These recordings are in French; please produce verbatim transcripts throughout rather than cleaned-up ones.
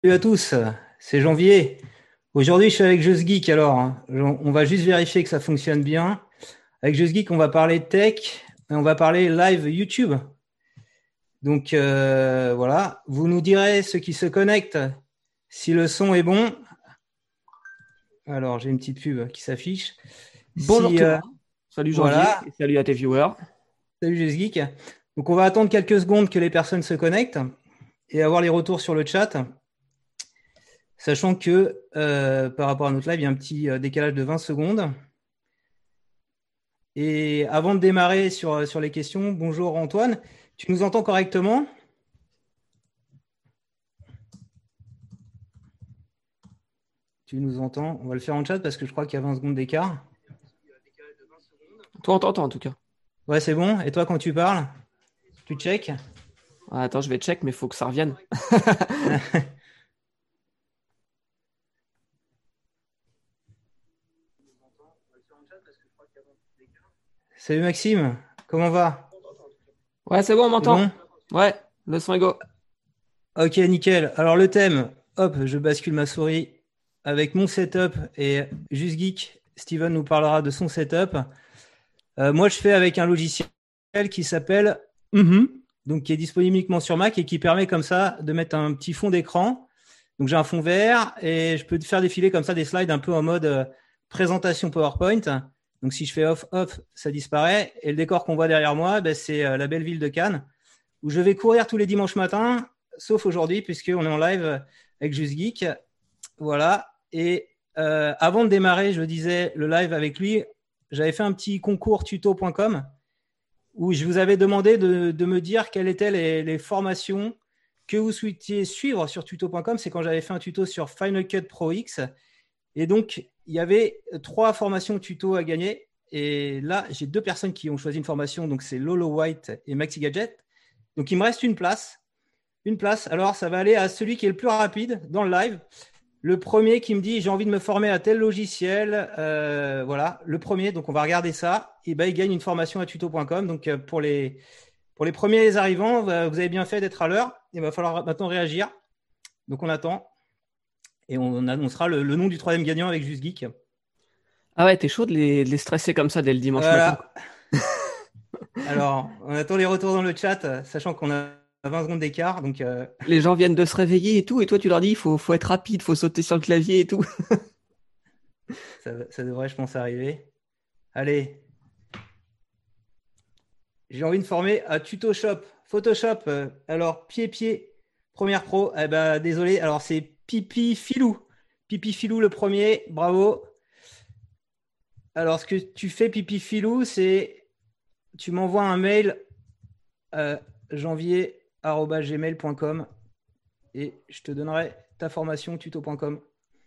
Salut à tous, c'est Janvier. Aujourd'hui, je suis avec Just Geek. Alors, hein. On va juste vérifier que ça fonctionne bien. Avec Just Geek, on va parler tech et on va parler live YouTube. Donc, euh, voilà. Vous nous direz, ceux qui se connectent, si le son est bon. Alors, j'ai une petite pub qui s'affiche. Bonjour Si, tout le euh, monde, salut Janvier voilà. et salut à tes viewers. Salut Just Geek. Donc, on va attendre quelques secondes que les personnes se connectent et avoir les retours sur le chat. Sachant que euh, par rapport à notre live, il y a un petit euh, décalage de vingt secondes. Et avant de démarrer sur, sur les questions, bonjour Antoine, tu nous entends correctement? Tu nous entends? On va le faire en chat parce que je crois qu'il y a vingt secondes d'écart. Toi on t'entend en tout cas. Ouais, c'est bon. Et toi, quand tu parles, tu check? Ah, attends, je vais check, mais il faut que ça revienne. Salut Maxime, comment va? Ouais, c'est bon, on C'est m'entend. bon? Ouais, le son est go. Ok, nickel. Alors le thème, hop, je bascule ma souris avec mon setup et Juste Geek. Steven nous parlera de son setup. Euh, moi, je fais avec un logiciel qui s'appelle Mhm, donc qui est disponible uniquement sur Mac et qui permet comme ça de mettre un petit fond d'écran. Donc j'ai un fond vert et je peux faire défiler comme ça des slides un peu en mode euh, présentation PowerPoint. Donc si je fais off off, ça disparaît et le décor qu'on voit derrière moi, ben, c'est euh, la belle ville de Cannes où je vais courir tous les dimanches matins, sauf aujourd'hui puisqu'on est en live avec Just Geek. Voilà. Et euh, avant de démarrer, je disais le live avec lui, j'avais fait un petit concours tuto point com où je vous avais demandé de, de me dire quelles étaient les, les formations que vous souhaitiez suivre sur tuto point com. C'est quand j'avais fait un tuto sur Final Cut Pro X. Et donc, il y avait trois formations tuto à gagner. Et là, j'ai deux personnes qui ont choisi une formation. Donc, c'est Lolo White et Maxi Gadget. Donc, il me reste une place. Une place. Alors, ça va aller à celui qui est le plus rapide dans le live. Le premier qui me dit j'ai envie de me former à tel logiciel, euh, voilà, le premier, donc on va regarder ça, et ben il gagne une formation à tuto point com. Donc euh, pour les pour les premiers arrivants, vous avez bien fait d'être à l'heure. Il va falloir maintenant réagir. Donc on attend et on annoncera le, le nom du troisième gagnant avec Just Geek. Ah ouais, t'es chaud de les, de les stresser comme ça dès le dimanche matin, quoi. Voilà. Alors on attend les retours dans le chat, sachant qu'on a vingt secondes d'écart. Donc euh, Les gens viennent de se réveiller et tout, et toi tu leur dis il faut, faut être rapide, faut sauter sur le clavier et tout. ça, ça devrait, je pense, arriver. Allez, j'ai envie de former à Tutoshop. Photoshop, euh, alors pied-pied, première pro, eh ben, désolé, alors c'est Pipi Filou. Pipi Filou le premier, bravo. Alors ce que tu fais, Pipi Filou, c'est tu m'envoies un mail à janvier arobase gmail point com et je te donnerai ta formation tuto point com.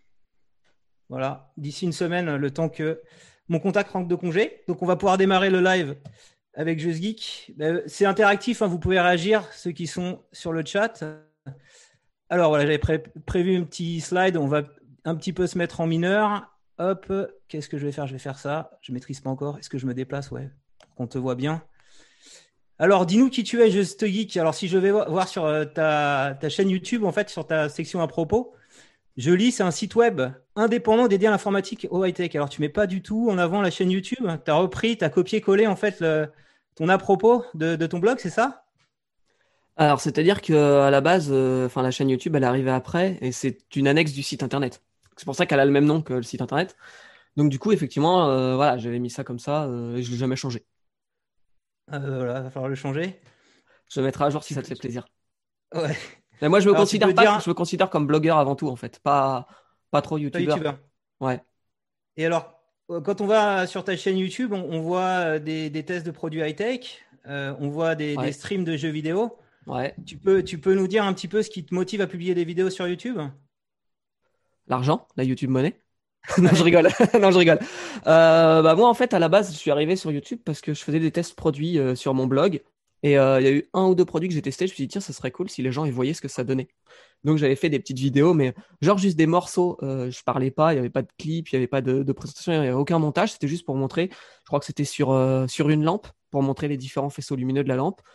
Voilà, d'ici une semaine, le temps que mon contact rentre de congé. Donc on va pouvoir démarrer le live avec Just Geek. C'est interactif, hein, vous pouvez réagir, ceux qui sont sur le chat. Alors voilà, j'avais pré- prévu un petit slide, on va un petit peu se mettre en mineur. Hop, qu'est-ce que je vais faire? Je vais faire ça, je ne maîtrise pas encore. Est-ce que je me déplace? Ouais, pour qu'on te voit bien. Alors dis-nous qui tu es, Just Geek. Alors si je vais voir sur euh, ta, ta chaîne YouTube, en fait, sur ta section à propos, je lis, c'est un site web indépendant dédié à l'informatique au high-tech. Alors, tu mets pas du tout en avant la chaîne YouTube. Tu as repris, tu as copié-collé en fait le- ton à propos de, de ton blog, c'est ça? Alors, c'est-à-dire que à la base, euh, enfin la chaîne YouTube, elle est arrivée après, et c'est une annexe du site internet. C'est pour ça qu'elle a le même nom que le site internet. Donc du coup, effectivement, euh, voilà, j'avais mis ça comme ça, euh, et je l'ai jamais changé. Euh, voilà, va falloir le changer. Je le mettrai à jour si Tu ça te peux, fait tu- plaisir. Ouais. Mais moi, je me Alors, tu peux considère pas, dire, je me considère comme blogueur avant tout, en fait, pas, pas trop pas youtubeur. YouTubeur. Ouais. Et alors, euh, quand on va sur ta chaîne YouTube, on, on voit euh, des, des tests de produits high-tech, euh, on voit des, des Ouais, streams de jeux vidéo. ouais. Tu peux, tu peux nous dire un petit peu ce qui te motive à publier des vidéos sur YouTube? L'argent, la YouTube monnaie. Non, je Ouais. rigole. Non, je rigole. Euh, bah moi, en fait, à la base, je suis arrivé sur YouTube parce que je faisais des tests produits euh, sur mon blog. Et euh, il y a eu un ou deux produits que j'ai testés. Je me suis dit, tiens, ça serait cool si les gens ils voyaient ce que ça donnait. Donc, j'avais fait des petites vidéos, mais genre juste des morceaux. Euh, je parlais pas, il n'y avait pas de clip, il n'y avait pas de, de présentation, il n'y avait aucun montage. C'était juste pour montrer. Je crois que c'était sur, euh, sur une lampe, pour montrer les différents faisceaux lumineux de la lampe.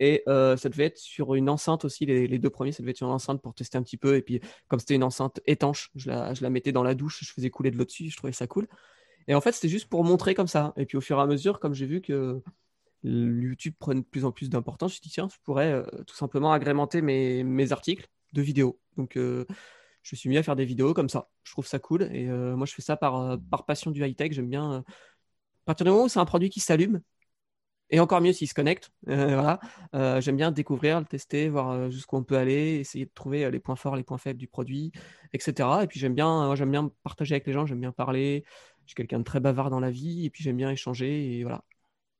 Et euh, ça devait être sur une enceinte aussi. Les, les deux premiers, ça devait être sur une enceinte pour tester un petit peu. Et puis, comme c'était une enceinte étanche, je la, je la mettais dans la douche, je faisais couler de l'eau dessus, je trouvais ça cool. Et en fait, c'était juste pour montrer comme ça. Et puis, au fur et à mesure, comme j'ai vu que YouTube prenait de plus en plus d'importance, je me suis dit, tiens, je pourrais euh, tout simplement agrémenter mes, mes articles de vidéos. Donc, euh, je me suis mis à faire des vidéos comme ça. Je trouve ça cool. Et euh, moi, je fais ça par, euh, par passion du high-tech. J'aime bien. euh, à partir du moment où c'est un produit qui s'allume, et encore mieux s'il se connecte, euh, voilà, euh, j'aime bien découvrir, le tester, voir euh, jusqu'où on peut aller, essayer de trouver euh, les points forts, les points faibles du produit, et cetera. Et puis j'aime bien, moi, j'aime bien partager avec les gens, j'aime bien parler. Je suis quelqu'un de très bavard dans la vie, et puis j'aime bien échanger, et voilà.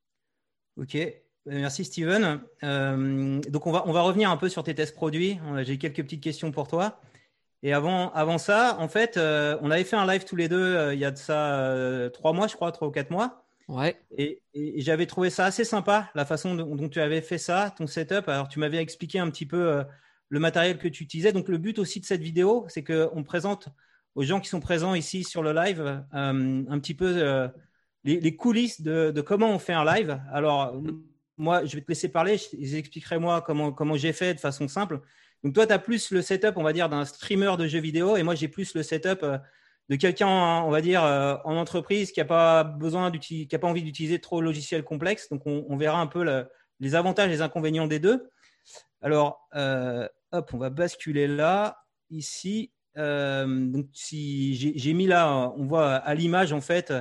Ok, Euh, merci Steven. Euh, donc on va, on va revenir un peu sur tes tests produits. Euh, J'ai quelques petites questions pour toi. Et avant, avant ça, en fait, euh, on avait fait un live tous les deux euh, il y a de ça euh, trois mois, je crois, trois ou quatre mois. Ouais. Et, et- et j'avais trouvé ça assez sympa, la façon dont, dont tu avais fait ça, ton setup. Alors, tu m'avais expliqué un petit peu euh, le matériel que tu utilisais. Donc, le but aussi de cette vidéo, c'est qu'on présente aux gens qui sont présents ici sur le live euh, un petit peu euh, les, les coulisses de, de comment on fait un live. Alors, moi, je vais te laisser parler. Je, j'expliquerai moi comment, comment j'ai fait de façon simple. Donc, toi, tu as plus le setup, on va dire, d'un streamer de jeux vidéo. Et moi, j'ai plus le setup euh, de quelqu'un, on va dire, euh, en entreprise qui n'a pas besoin d'utiliser, qui a pas envie d'utiliser trop de logiciels complexes. Donc, on, on verra un peu le- les avantages et les inconvénients des deux. Alors, euh, hop, on va basculer là, ici. Euh, donc, si j'ai, j'ai mis là, on voit à l'image, en fait,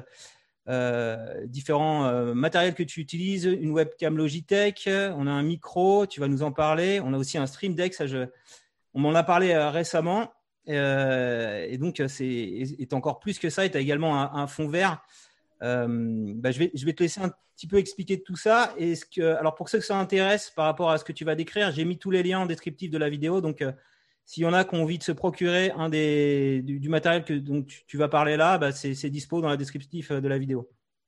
euh, différents euh, matériels que tu utilises, une webcam Logitech, on a un micro, tu vas nous en parler. On a aussi un Stream Deck, ça, je, on m'en a parlé euh, récemment. Euh, et donc, c'est est encore plus que ça. Et tu as également un, un fond vert. Euh, bah, je, vais, je vais te laisser un petit peu expliquer tout ça. Et ce que, alors, pour ceux que ça intéresse par rapport à ce que tu vas décrire, j'ai mis tous les liens en descriptif de la vidéo. Donc, euh, s'il y en a qui ont envie de se procurer un des, du, du matériel que, dont tu, tu vas parler là, bah, c'est c'est dispo dans le descriptif de la vidéo.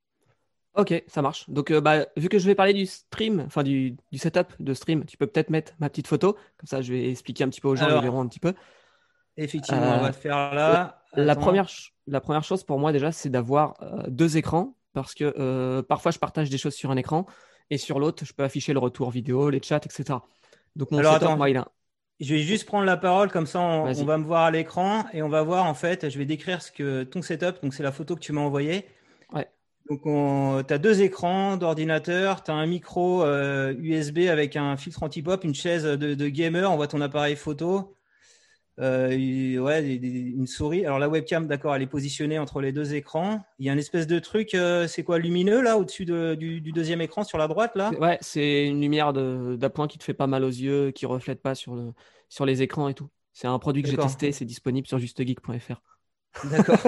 Ok, ça marche. Donc, euh, bah, vu que je vais parler du stream, enfin du, du setup de stream, tu peux peut-être mettre ma petite photo. Comme ça, je vais expliquer un petit peu aux gens, ils Alors, verront un petit peu. effectivement, on Euh, va le faire la, là. la Attends. première, ch- la première chose pour moi déjà, c'est d'avoir euh, deux écrans parce que euh, parfois je partage des choses sur un écran et sur l'autre, je peux afficher le retour vidéo, les chats, et cetera. Donc mon Alors, setup, attends. moi, il a. Je vais juste prendre la parole, comme ça on, on Vas-y. va me voir à l'écran et on va voir en fait, je vais décrire ce que ton setup, donc c'est la photo que tu m'as envoyée. Ouais. Donc tu as deux écrans d'ordinateur, tu as un micro euh, U S B avec un filtre anti-pop, une chaise de, de gamer, on voit ton appareil photo, euh, et- ouais, des- des- une souris. Alors la webcam, d'accord, elle est positionnée entre les deux écrans. Il y a une espèce de truc, euh, c'est quoi, lumineux là, au-dessus de- du, du deuxième écran sur la droite C'est- là? Ouais, c'est une lumière de- d'appoint qui te fait pas mal aux yeux, qui reflète pas sur le, sur les écrans et tout. C'est un produit que j'ai D'accord, testé, c'est disponible sur justegeek point f r. d'accord.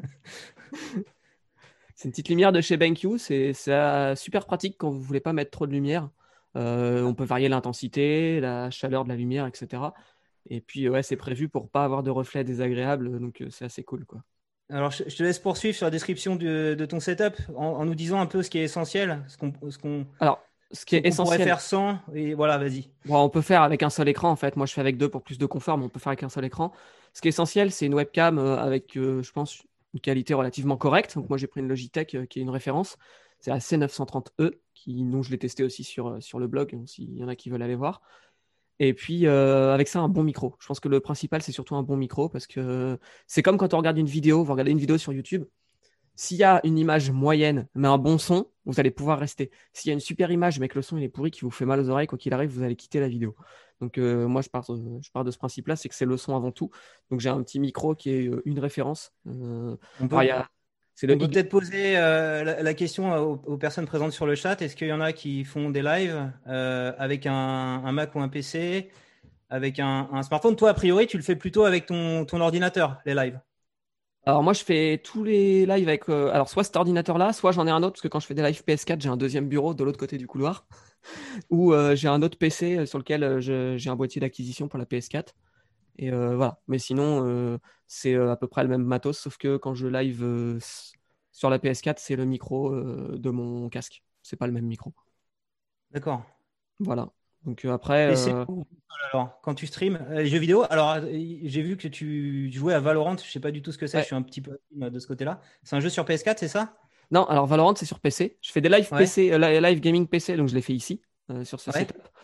C'est une petite lumière de chez BenQ, c'est c'est, euh, super pratique quand vous voulez pas mettre trop de lumière. Euh, on peut varier l'intensité, la chaleur de la lumière, et cetera. Et puis ouais, c'est prévu pour pas avoir de reflets désagréables, donc euh, c'est assez cool quoi. Alors, je, je te laisse poursuivre sur la description de, de ton setup en, en nous disant un peu ce qui est essentiel, ce qu'on ce qu'on Alors, ce qui ce est qu'on pourrait essentiel, faire sans. Et voilà, vas-y. bon, on peut faire avec un seul écran en fait. Moi, je fais avec deux pour plus de confort, mais on peut faire avec un seul écran. Ce qui est essentiel, c'est une webcam euh, avec, euh, je pense, une qualité relativement correcte. Donc moi, j'ai pris une Logitech euh, qui est une référence. C'est la C neuf cent trente E, qui, dont je l'ai testé aussi sur, euh, sur le blog, donc s'il y en a qui veulent aller voir. Et puis, euh, avec ça, un bon micro. Je pense que le principal, c'est surtout un bon micro, parce que euh, c'est comme quand on regarde une vidéo, vous regardez une vidéo sur YouTube. S'il y a une image moyenne, mais un bon son, vous allez pouvoir rester. S'il y a une super image, mais que le son il est pourri, qui vous fait mal aux oreilles, quoi qu'il arrive, vous allez quitter la vidéo. Donc euh, moi, je pars, je pars de ce principe-là, c'est que c'est le son avant tout. Donc j'ai un petit micro qui est euh, une référence. Euh, On alors, il y peut, a- c'est le on peut I G. peut-être poser euh, la, la question aux, aux personnes présentes sur le chat. Est-ce qu'il y en a qui font des lives euh, avec un, un Mac ou un P C, avec un, un smartphone? Toi, a priori, tu le fais plutôt avec ton, ton ordinateur, les lives. Alors moi, je fais tous les lives avec, euh, alors soit cet ordinateur-là, soit j'en ai un autre, parce que quand je fais des lives P S quatre, j'ai un deuxième bureau de l'autre côté du couloir, ou euh, j'ai un autre P C sur lequel euh, je- j'ai un boîtier d'acquisition pour la P S quatre. Et euh, voilà. Mais sinon, euh, c'est euh, à peu près le même matos, sauf que quand je live euh, s- sur la P S quatre, c'est le micro euh, de mon casque. C'est pas le même micro. D'accord. Voilà. Donc euh, après, Et c'est euh, où alors quand tu streams euh, les jeux vidéo? Alors, euh, j'ai vu que tu jouais à Valorant. Je sais pas du tout ce que c'est. Je ouais. suis un petit peu de ce côté-là. C'est un jeu sur P S quatre, c'est ça? Non, alors Valorant, c'est sur P C. Je fais des live Ouais. P C, euh, li- live gaming P C, donc je les fais ici, euh, sur ce Ouais. setup.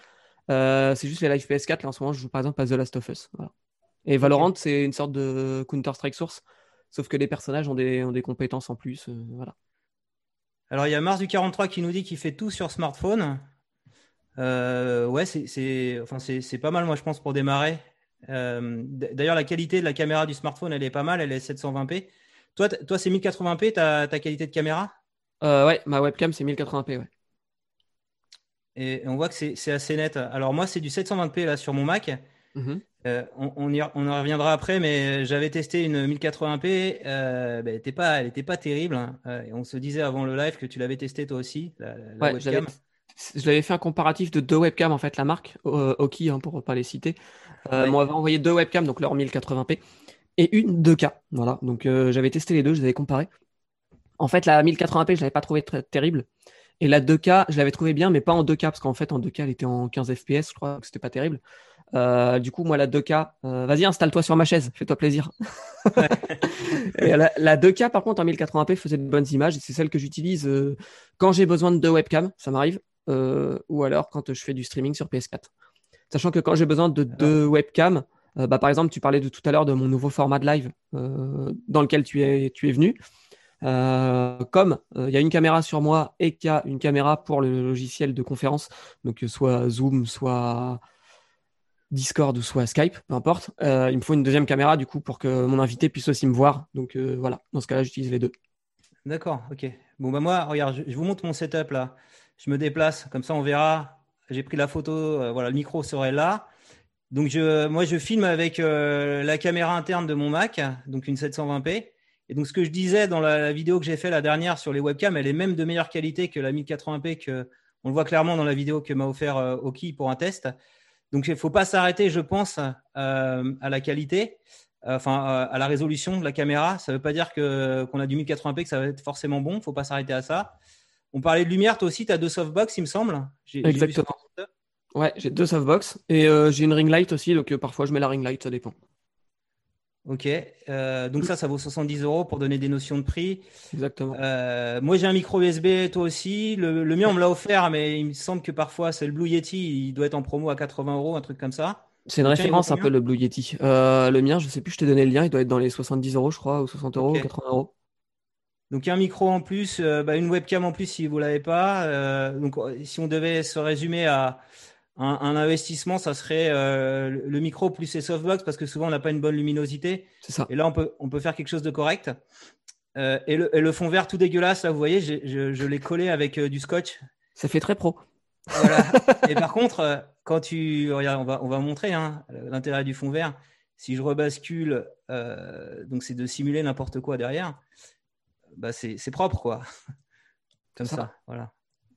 Euh, c'est juste les live P S quatre. Là, en ce moment, je joue par exemple à The Last of Us. Voilà. Et Ok. Valorant, c'est une sorte de Counter-Strike Source, sauf que les personnages ont des, ont des compétences en plus. euh, voilà. Alors, il y a Mars du quarante-trois qui nous dit qu'il fait tout sur smartphone. Euh, ouais, c'est, c'est, enfin, c'est, c'est pas mal, moi, je pense, pour démarrer. Euh, d- d'ailleurs, la qualité de la caméra du smartphone, elle est pas mal, elle est sept cent vingt p. Toi, t- toi c'est mille quatre-vingts p, ta, ta qualité de caméra? Euh, ouais, ma webcam, c'est mille quatre-vingts p. Ouais. Et on voit que c'est, c'est assez net. Alors, moi, c'est du sept cent vingt p là sur mon Mac. Mhm. Euh, on, on y, on en reviendra après, mais j'avais testé une mille quatre-vingts p. Euh, ben, elle n'était pas, elle était pas terrible, hein. Euh, et on se disait avant le live que tu l'avais testé toi aussi, la, la- la Ouais, j'avais, webcam. je l'avais fait un comparatif de deux webcams, en fait, la marque, euh, Oki, hein, pour pas les citer, euh, Ouais. m'avait envoyé deux webcams, donc leur mille quatre-vingts p, et une deux K. Voilà, donc euh, j'avais testé les deux, je les avais comparés. En fait, la mille quatre-vingts p, je l'avais pas trouvé très terrible. Et la deux K, je l'avais trouvé bien, mais pas en deux K, parce qu'en fait, en deux K, elle était en quinze F P S, je crois, donc c'était pas terrible. Euh, du coup, moi, la deux K, euh, vas-y, installe-toi sur ma chaise, fais-toi plaisir. Ouais. Et la, la deux K, par contre, en mille quatre-vingts p, faisait de bonnes images, et c'est celle que j'utilise euh, quand j'ai besoin de deux webcams, ça m'arrive, euh, ou alors quand je fais du streaming sur P S quatre. Sachant que quand j'ai besoin de Alors, deux webcams, euh, bah, par exemple, tu parlais de tout à l'heure de mon nouveau format de live euh, dans lequel tu es, tu es venu. Euh, comme euh, il y a une caméra sur moi et qu'il y a une caméra pour le logiciel de conférence, donc euh, soit Zoom, soit Discord ou soit Skype, peu importe, euh, il me faut une deuxième caméra du coup pour que mon invité puisse aussi me voir. Donc euh, voilà, dans ce cas-là, j'utilise les deux. d'accord, ok. Bon, bah moi, regarde, je, je vous montre mon setup là. Je me déplace, comme ça on verra. J'ai pris la photo, euh, voilà, le micro serait là. Donc, je, moi, je filme avec euh, la caméra interne de mon Mac, donc une sept cent vingt p. Et donc, ce que je disais dans la, la vidéo que j'ai fait la dernière sur les webcams, elle est même de meilleure qualité que la mille quatre-vingts p, que on le voit clairement dans la vidéo que m'a offert euh, Oki pour un test. Donc, il ne faut pas s'arrêter, je pense, euh, à la qualité, euh, enfin euh, à la résolution de la caméra. Ça ne veut pas dire que qu'on a du mille quatre-vingts p que ça va être forcément bon. Il ne faut pas s'arrêter à ça. On parlait de lumière, toi aussi, tu as deux softbox, il me semble. J'ai j'ai vu sur ton Exactement. setup. Ouais, j'ai deux softbox et euh, j'ai une ring light aussi, donc euh, parfois je mets la ring light, ça dépend. Ok, euh, donc ça, ça vaut soixante-dix euros pour donner des notions de prix. Exactement. Euh, moi, j'ai un micro U S B, toi aussi. Le, le mien, on Ouais. me l'a offert, mais il me semble que parfois, c'est le Blue Yeti, il doit être en promo à quatre-vingts euros, un truc comme ça. C'est une Le tien, il vaut référence un peu combien? le Blue Yeti. Euh, le mien, je sais plus, je t'ai donné le lien, il doit être dans les soixante-dix euros, je crois, ou soixante euros, ou Ok. quatre-vingts euros. Donc, il y a un micro en plus, euh, bah, une webcam en plus si vous l'avez pas. Euh, donc, euh, si on devait se résumer à un, un investissement, ça serait euh, le le micro plus les softbox, parce que souvent, on n'a pas une bonne luminosité. C'est ça. Et là, on peut, on peut faire quelque chose de correct. Euh, et, le, et le fond vert tout dégueulasse, là, vous voyez, j'ai- je, je l'ai collé avec euh, du scotch. Ça fait très pro. Voilà. Et par contre, euh, quand tu regarde, on va, on va montrer hein, l'intérêt du fond vert. Si je rebascule, euh, donc c'est de simuler n'importe quoi derrière, bah c'est c'est propre, quoi. Comme C'est ça. ça, voilà.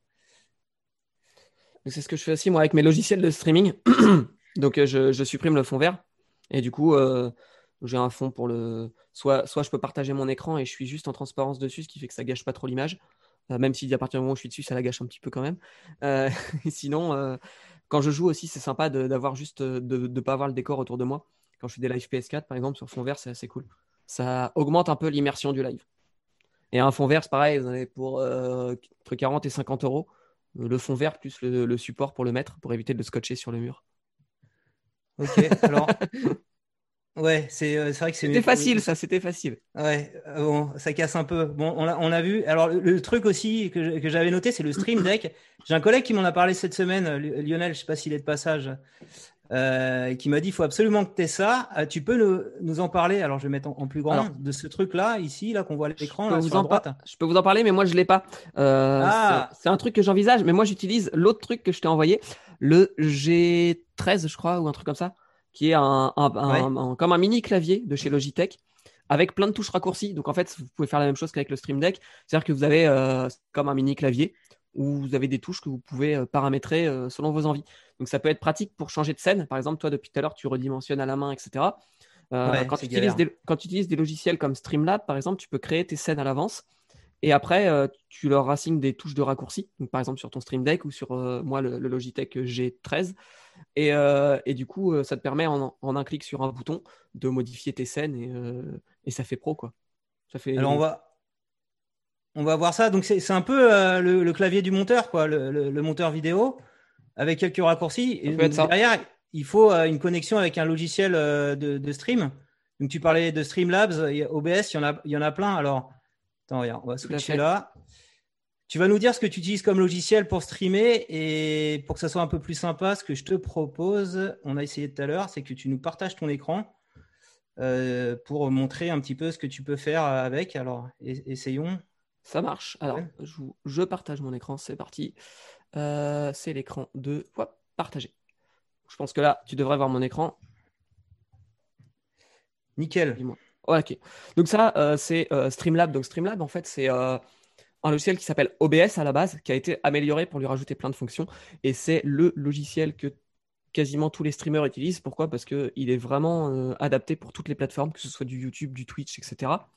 Donc, c'est ce que je fais aussi, moi, avec mes logiciels de streaming. Donc, euh, je, je supprime le fond vert. Et du coup, euh, j'ai un fond pour le. Soit, soit je peux partager mon écran et je suis juste en transparence dessus, ce qui fait que ça gâche pas trop l'image. Euh, même si à partir du moment où je suis dessus, ça la gâche un petit peu quand même. Euh, et sinon, euh, quand je joue aussi, c'est sympa de- d'avoir juste euh, de ne pas avoir le décor autour de moi. Quand je fais des live P S quatre, par exemple, sur fond vert, c'est assez cool. Ça augmente un peu l'immersion du live. Et un fond vert, c'est pareil, vous en avez pour euh, entre quarante et cinquante euros. Euh, Le fond vert plus le, le support pour le mettre, pour éviter de le scotcher sur le mur. Ok. Alors, ouais, c'est euh, c'est vrai que c'est C'était mieux. facile, ça, c'était facile. Ouais, euh, bon, ça casse un peu. Bon, on l'a on a vu. Alors, le, le truc aussi que je- que j'avais noté, c'est le Stream Deck. J'ai un collègue qui m'en a parlé cette semaine, euh, Lionel, je sais pas s'il est de passage, euh, qui m'a dit, il faut absolument que tu aies ça. Euh, tu peux nous, nous en parler, alors je vais mettre en, en plus Alors, grand, de ce truc-là, ici, là, qu'on voit à je l'écran, peux là, vous sur la en, droite. par- je peux vous en parler, mais moi, je l'ai pas. Euh, c'est un, Ah, c'est un truc que j'envisage, mais moi, j'utilise l'autre truc que je t'ai envoyé, le G treize, je crois, ou un truc comme ça, qui est un, un- ouais, un- un- comme un mini clavier de chez Logitech, avec plein de touches raccourcies. Donc, en fait, vous pouvez faire la même chose qu'avec le Stream Deck. C'est-à-dire que vous avez euh, comme un mini clavier où vous avez des touches que vous pouvez euh, paramétrer euh, selon vos envies. Donc, ça peut être pratique pour changer de scène. Par exemple, toi, depuis tout à l'heure, tu redimensionnes à la main, et cetera. Euh, ouais, quand tu c'est utilises galère. des, quand tu utilises des logiciels comme Streamlab, par exemple, tu peux créer tes scènes à l'avance et après, euh, tu leur assignes des touches de raccourci, donc, par exemple sur ton Stream Deck ou sur euh, moi le, le Logitech G treize. Et, euh, et du coup, euh, ça te permet en, en un clic sur un bouton de modifier tes scènes et, euh, et ça fait pro, quoi. Ça Alors, on fait. va, on va voir ça. Donc, c'est c'est un peu euh, le, le clavier du monteur, quoi, le, le- le monteur vidéo. avec quelques raccourcis. Ça Et peut être donc, ça. derrière, il faut euh, une connexion avec un logiciel euh, de, de stream. Donc, tu parlais de Streamlabs, il y a O B S, il y en a, il y en a plein. Alors, attends, regarde, on va Tout à switcher fait. là. Tu vas nous dire ce que tu utilises comme logiciel pour streamer et pour que ça soit un peu plus sympa, ce que je te propose, on a essayé tout à l'heure, c'est que tu nous partages ton écran euh, pour montrer un petit peu ce que tu peux faire avec. Alors, e- essayons. Ça marche. Alors, je, vous- je partage mon écran, c'est parti. Euh, c'est l'écran de hop, partager. Je pense que là, tu devrais voir mon écran. Nickel. Dis-moi. Ouais, ok. Donc ça, euh, c'est euh, Streamlab. Donc Streamlab, en fait, c'est euh, un logiciel qui s'appelle O B S à la base, qui a été amélioré pour lui rajouter plein de fonctions. Et c'est le logiciel que quasiment tous les streamers utilisent. Pourquoi? Parce qu'il est vraiment euh, adapté pour toutes les plateformes, que ce soit du YouTube, du Twitch, et cetera.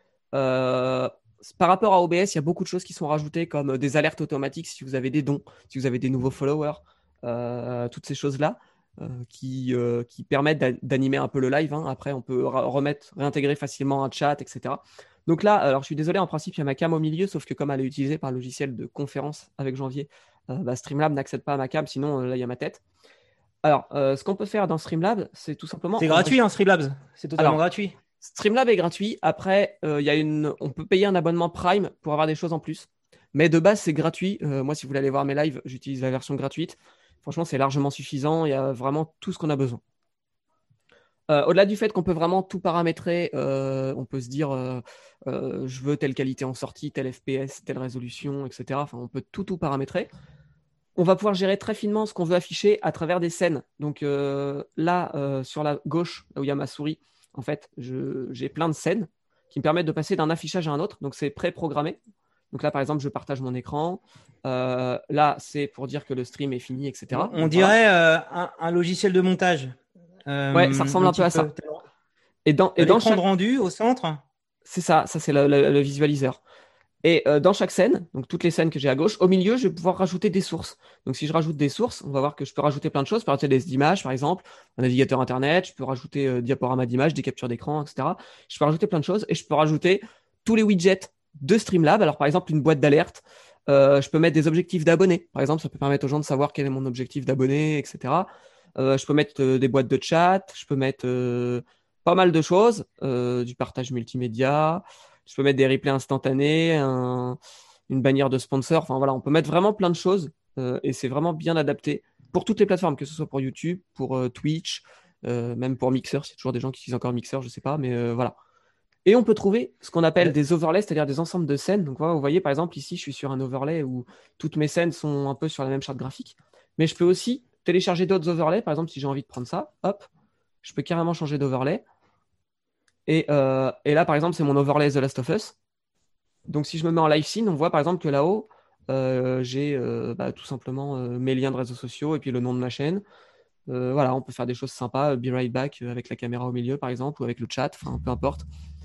Euh, Par rapport à O B S, il y a beaucoup de choses qui sont rajoutées, comme des alertes automatiques si vous avez des dons, si vous avez des nouveaux followers, euh, toutes ces choses-là euh, qui, euh, qui permettent d'a- d'animer un peu le live, hein. Après, on peut ra- remettre, réintégrer facilement un chat, et cetera. Donc là, alors je suis désolé, en principe, il y a ma cam au milieu, sauf que comme elle est utilisée par le logiciel de conférence avec Janvier, euh, bah, Streamlab n'accède pas à ma cam, sinon euh, là, il y a ma tête. Alors, euh, ce qu'on peut faire dans Streamlab, c'est tout simplement, C'est on va... gratuit, hein, Streamlabs. C'est totalement Alors, gratuit. Streamlab est gratuit. Après, euh, il y a une... on peut payer un abonnement Prime pour avoir des choses en plus. Mais de base, c'est gratuit. Euh, moi, si vous voulez aller voir mes lives, j'utilise la version gratuite. Franchement, c'est largement suffisant. Il y a vraiment tout ce qu'on a besoin. Euh, au-delà du fait qu'on peut vraiment tout paramétrer, euh, on peut se dire euh, euh, je veux telle qualité en sortie, tel F P S, telle résolution, et cetera. Enfin, on peut tout tout paramétrer. On va pouvoir gérer très finement ce qu'on veut afficher à travers des scènes. Donc euh, là, euh, sur la gauche, là où il y a ma souris, en fait, je- j'ai plein de scènes qui me permettent de passer d'un affichage à un autre. Donc c'est pré-programmé. Donc là, par exemple, je partage mon écran. Euh, là, c'est pour dire que le stream est fini, On, et cetera. on Donc voilà. dirait euh, un, un logiciel de montage. Ouais, ça Euh, ressemble un un peu petit à peu. ça. Et dans, Tu et as dans l'écran de chaque... rendu au centre. C'est ça, ça c'est le, le- le visualiseur. Et euh, dans chaque scène, donc toutes les scènes que j'ai à gauche, au milieu, je vais pouvoir rajouter des sources. Donc si je rajoute des sources, on va voir que je peux rajouter plein de choses. Je peux rajouter des images, par exemple, un navigateur internet, je peux rajouter euh, diaporama d'images, des captures d'écran, et cetera. Je peux rajouter plein de choses et je peux rajouter tous les widgets de Streamlab. Alors par exemple, une boîte d'alerte. Euh, je peux mettre des objectifs d'abonnés. Par exemple, ça peut permettre aux gens de savoir quel est mon objectif d'abonné, et cetera. Euh, je peux mettre euh, des boîtes de chat, je peux mettre euh, pas mal de choses, euh, du partage multimédia. Je peux mettre des replays instantanés, un- une bannière de sponsor. Enfin voilà, on peut mettre vraiment plein de choses euh, et c'est vraiment bien adapté pour toutes les plateformes, que ce soit pour YouTube, pour euh, Twitch, euh, même pour Mixer. S'il y a toujours des gens qui utilisent encore Mixer, je sais pas, mais euh, voilà. Et on peut trouver ce qu'on appelle des overlays, c'est-à-dire des ensembles de scènes. Donc voilà, vous voyez par exemple ici, je suis sur un overlay où toutes mes scènes sont un peu sur la même charte graphique. Mais je peux aussi télécharger d'autres overlays. Par exemple, si j'ai envie de prendre ça, hop, je peux carrément changer d'overlay. Et, euh, et là, par exemple, c'est mon overlay The Last of Us. Donc, si je me mets en live scene, on voit par exemple que là-haut, euh, j'ai euh, bah, tout simplement euh, mes liens de réseaux sociaux et puis le nom de ma chaîne. Euh, voilà, on peut faire des choses sympas, euh, Be Right Back euh, avec la caméra au milieu par exemple, ou avec le chat, enfin peu importe.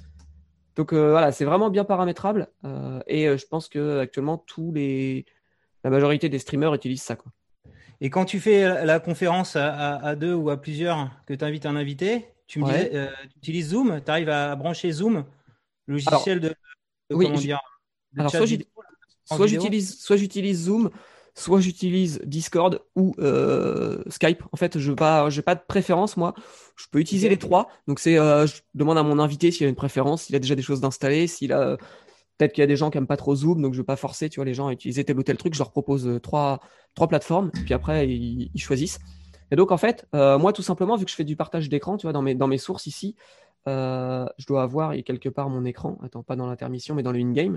Donc euh, voilà, c'est vraiment bien paramétrable euh, et euh, je pense que actuellement tous les, la majorité des streamers utilisent ça, quoi. Et quand tu fais la conférence à, à- à deux ou à plusieurs, que tu invites un invité, tu me disais, Ouais. euh, tu utilises Zoom, tu arrives à brancher Zoom, Alors logiciel de, de- oui, comment j- dire, de alors chat soit vidéo, j'utilise en soit vidéo. j'utilise soit j'utilise Zoom, soit j'utilise Discord ou euh, Skype. En fait, je n'ai pas, j'ai pas de préférence, moi. Je peux utiliser les Ok. trois. Donc, c'est, euh, je demande à mon invité s'il a une préférence, s'il a déjà des choses d'installer, s'il a. Peut-être qu'il y a des gens qui n'aiment pas trop Zoom, donc je ne vais pas forcer, tu vois, les gens à utiliser tel ou tel truc. Je leur propose euh, trois, trois plateformes, puis après, ils, ils choisissent. Et donc, en fait, euh, moi, tout simplement, vu que je fais du partage d'écran, tu vois, dans mes, dans mes sources ici, euh, je dois avoir quelque part mon écran. Attends, pas dans l'intermission, mais dans le in-game.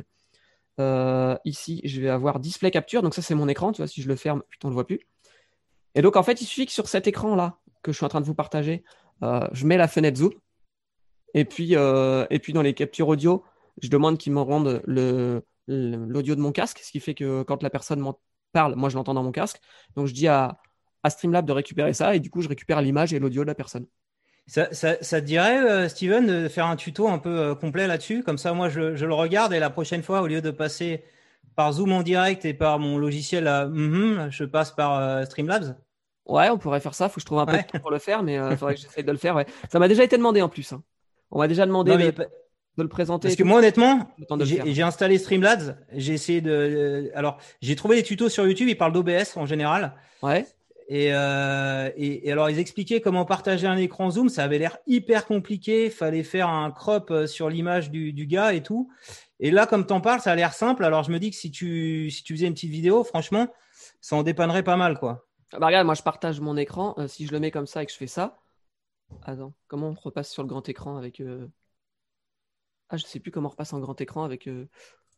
Euh, ici, je vais avoir display capture. Donc ça, c'est mon écran. Tu vois, si je le ferme, putain, on le voit plus. Et donc, en fait, il suffit que sur cet écran-là, que je suis en train de vous partager, euh, je mets la fenêtre zoom. Et puis, euh, et puis dans les captures audio, je demande qu'ils me rendent le, le- l'audio de mon casque, ce qui fait que quand la personne m'en parle, moi, je l'entends dans mon casque. Donc, je dis à, à Streamlab de récupérer ça. Et du coup, je récupère l'image et l'audio de la personne. Ça, ça- ça te dirait, euh, Steven, de faire un tuto un peu euh, complet là-dessus? Comme ça, moi, je, je le regarde et la prochaine fois, au lieu de passer par Zoom en direct et par mon logiciel, à, mhm, je passe par euh, Streamlabs. Ouais, on pourrait faire ça. Faut que je trouve un peu de Ouais. temps pour le faire, mais il faudrait que j'essaye de le faire. Ouais. Ça m'a déjà été demandé en plus, hein. On m'a déjà demandé Non, mais de, y a pas- de le présenter. Parce et que tout, moi, honnêtement, le temps de le faire. j'ai j'ai installé Streamlabs. J'ai essayé de. euh, Alors, j'ai trouvé des tutos sur YouTube. Ils parlent d'O B S en général. Ouais. Et, euh, et, et alors, ils expliquaient comment partager un écran Zoom. Ça avait l'air hyper compliqué. Il fallait faire un crop euh, sur l'image du, du gars et tout. Et là, comme t'en parles, ça a l'air simple. Alors, je me dis que si tu, si tu faisais une petite vidéo, franchement, ça en dépannerait pas mal, quoi. Ah bah regarde, moi je partage mon écran. Euh, si je le mets comme ça et que je fais ça. Attends, comment on repasse sur le grand écran avec. euh, Ah, je sais plus comment on repasse en grand écran avec. euh,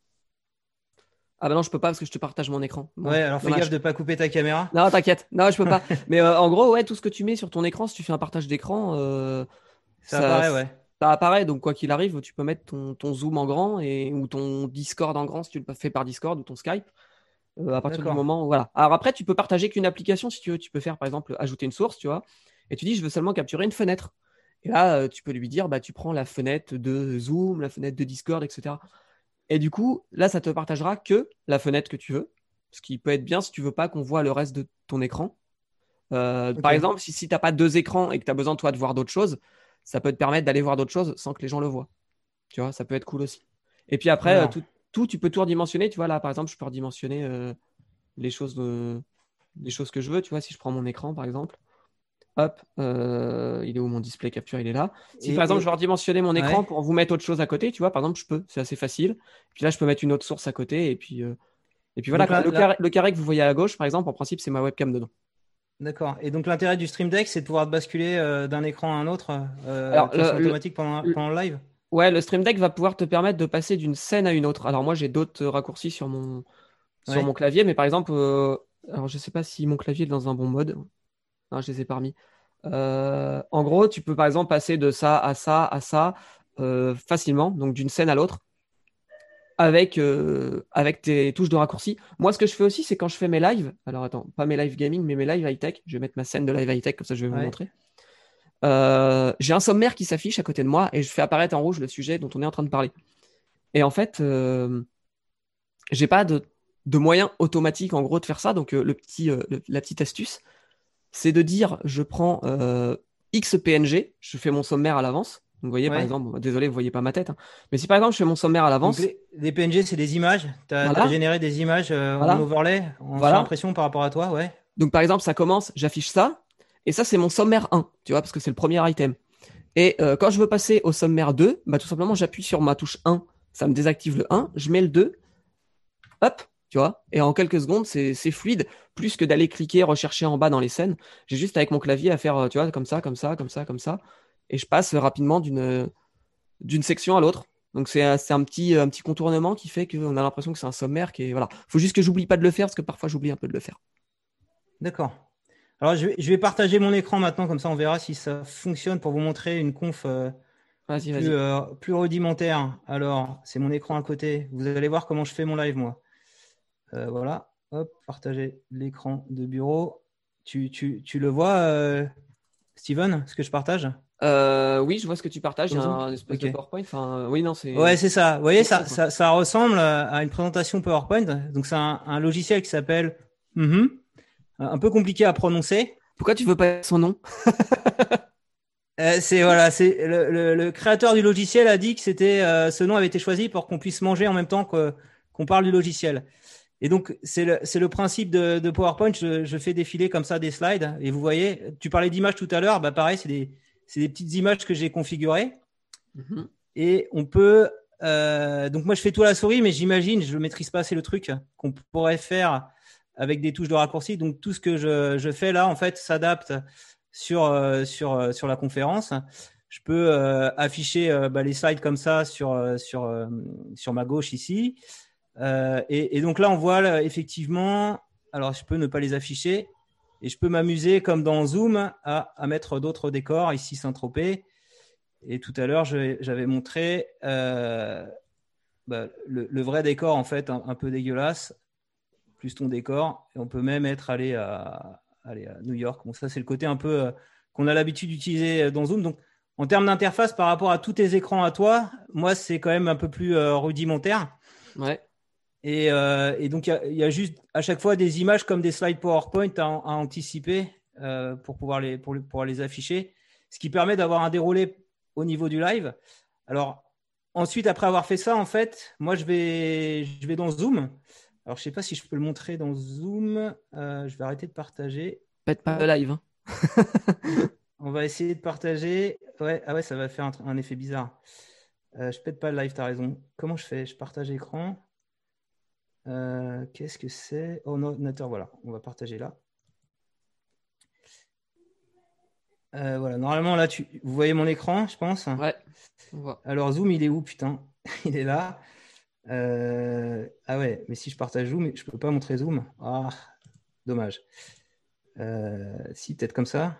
Ah bah non, je peux pas parce que je te partage mon écran. Bon, Ouais, alors fais gaffe dommage. de pas couper ta caméra. Non, t'inquiète. Non, je peux pas. Mais euh, en gros, ouais, tout ce que tu mets sur ton écran, si tu fais un partage d'écran, euh, Ça ça, apparaît, ouais. ça apparaît. Donc, quoi qu'il arrive, tu peux mettre ton, ton Zoom en grand et, ou ton Discord en grand si tu le fais par Discord ou ton Skype. euh, à partir du D'accord. moment où, voilà. Alors après, tu peux partager qu'une application si tu veux. Tu peux faire, par exemple, ajouter une source, tu vois. Et tu dis, je veux seulement capturer une fenêtre. Et là, euh, tu peux lui dire, bah, tu prends la fenêtre de Zoom, la fenêtre de Discord, et cetera. Et du coup, là, ça te partagera que la fenêtre que tu veux. Ce qui peut être bien si tu veux pas qu'on voit le reste de ton écran. Euh, par Ok. exemple, si, si tu n'as pas deux écrans et que tu as besoin, toi, de voir d'autres choses, ça peut te permettre d'aller voir d'autres choses sans que les gens le voient. Tu vois, ça peut être cool aussi. Et puis après, euh, Alors, tout, tout, tu peux tout redimensionner. Tu vois, là, par exemple, je peux redimensionner euh, les choses, de- les choses que je veux. Tu vois, si je prends mon écran, par exemple, hop, euh, il est où mon display capture? Il est là. Si par exemple, et, je veux et... redimensionner mon écran Ouais. pour vous mettre autre chose à côté, tu vois, par exemple, je peux. C'est assez facile. Puis là, je peux mettre une autre source à côté. Et puis, euh, et puis voilà, Donc quoi. là, Le là... carré, le carré que vous voyez à gauche, par exemple, en principe, c'est ma webcam dedans. D'accord. Et donc l'intérêt du Stream Deck, c'est de pouvoir basculer euh, d'un écran à un autre euh, Alors, de façon le, le- automatique pendant, le- pendant le live. ouais, le Stream Deck va pouvoir te permettre de passer d'une scène à une autre. Alors moi, j'ai d'autres euh, raccourcis sur mon, sur Ouais. mon clavier, mais par exemple, euh, alors je sais pas si mon clavier est dans un bon mode. Non, je les ai pas remis. Euh, en gros, tu peux par exemple passer de ça à ça à ça euh, facilement, donc d'une scène à l'autre, avec, euh, avec tes touches de raccourci. Moi, ce que je fais aussi, c'est quand je fais mes lives. Alors attends, pas mes live gaming, mais mes live high-tech. Je vais mettre ma scène de live high-tech, comme ça je vais vous le Ouais. montrer. Euh, j'ai un sommaire qui s'affiche à côté de moi et je fais apparaître en rouge le sujet dont on est en train de parler. Et en fait, euh, j'ai pas de, de moyen automatique en gros de faire ça. Donc euh, le petit, euh, le- la petite astuce, c'est de dire je prends euh, X P N G, je fais mon sommaire à l'avance. Donc, vous voyez par Ouais. exemple, bon, désolé, vous voyez pas ma tête, hein. Mais si par exemple je fais mon sommaire à Donc l'avance, les, les P N G, c'est des images. Tu as voilà, généré des images euh, en voilà, overlay, en voilà. surimpression par rapport à toi, ouais. Donc par exemple ça commence, j'affiche ça, et ça c'est mon sommaire un, tu vois, parce que c'est le premier item. Et euh, quand je veux passer au sommaire deux, bah, tout simplement j'appuie sur ma touche un, ça me désactive le un, je mets le deux, hop, tu vois, et en quelques secondes, c'est c'est fluide, plus que d'aller cliquer, rechercher en bas dans les scènes. J'ai juste avec mon clavier à faire, euh, tu vois, comme ça, comme ça, comme ça, comme ça, et je passe rapidement d'une d'une section à l'autre. Donc c'est un, c'est un petit, un petit contournement qui fait qu'on a l'impression que c'est un sommaire qui est, voilà. Faut juste que j'oublie pas de le faire, parce que parfois j'oublie un peu de le faire. D'accord. Alors je vais, je vais partager mon écran maintenant, comme ça on verra si ça fonctionne pour vous montrer une conf euh, Vas-y, plus, vas-y. euh, plus rudimentaire. Alors, c'est mon écran à côté. Vous allez voir comment je fais mon live, moi. Euh, voilà. Hop, partager l'écran de bureau. Tu, tu, tu le vois, euh, Steven, ce que je partage Euh, oui, je vois ce que tu partages, il y sur a Zoom? un espèce de Ok. PowerPoint. Enfin, euh, oui, non, Ouais, c'est c'est ça. Vous voyez, c'est con, ça, quoi. ça, ça ressemble à une présentation PowerPoint. Donc, c'est un, un logiciel qui s'appelle Mhm, un peu compliqué à prononcer. Pourquoi tu veux pas son nom? Euh, c'est voilà, c'est le, le, le créateur du logiciel a dit que c'était euh, ce nom avait été choisi pour qu'on puisse manger en même temps que, qu'on parle du logiciel. Et donc c'est le c'est le principe de, de PowerPoint. Je, je fais défiler comme ça des slides et vous voyez, tu parlais d'images tout à l'heure, bah pareil, c'est des c'est des petites images que j'ai configurées Mhm. et on peut euh, donc moi je fais tout à la souris, mais j'imagine, je ne maîtrise pas assez le truc qu'on pourrait faire avec des touches de raccourci. Donc tout ce que je, je fais là en fait s'adapte sur, euh, sur, euh, sur la conférence. Je peux euh, afficher euh, bah, les slides comme ça sur, euh, sur, euh, sur ma gauche ici. Euh, et, et donc là, on voit là, effectivement, alors je peux ne pas les afficher et je peux m'amuser comme dans Zoom à, à mettre d'autres décors, ici Saint-Tropez. Et tout à l'heure, je- j'avais montré euh, bah, le, le vrai décor, en fait, un, un peu dégueulasse, plus ton décor. Et on peut même être allé à, aller à New York. Bon, ça, c'est le côté un peu euh, qu'on a l'habitude d'utiliser dans Zoom. Donc, en termes d'interface, par rapport à tous tes écrans à toi, moi, c'est quand même un peu plus euh, rudimentaire. Ouais. Et, euh, et donc, il y a, y a juste à chaque fois des images comme des slides PowerPoint à, à anticiper euh, pour, pouvoir les, pour, pour les afficher, ce qui permet d'avoir un déroulé au niveau du live. Alors, ensuite, après avoir fait ça, en fait, moi, je vais, je vais dans Zoom. Alors, je ne sais pas si je peux le montrer dans Zoom. Euh, je vais arrêter de partager. Pète pas le Hop. live. Hein. On va essayer de partager. Ouais, ah ouais, ça va faire un, un effet bizarre. Euh, je pète pas le live, tu as raison. Comment je fais? Je partage écran. Euh, qu'est-ce que c'est? Oh, non, ordinateur, voilà. On va partager là. Euh, voilà. Normalement, là, tu... vous voyez mon écran, je pense. Ouais, on voit. Alors, Zoom, il est où, putain? Il est là. Euh, Ah ouais, mais si je partage Zoom, je peux pas montrer Zoom. Ah, dommage. Euh, Si, peut-être comme ça.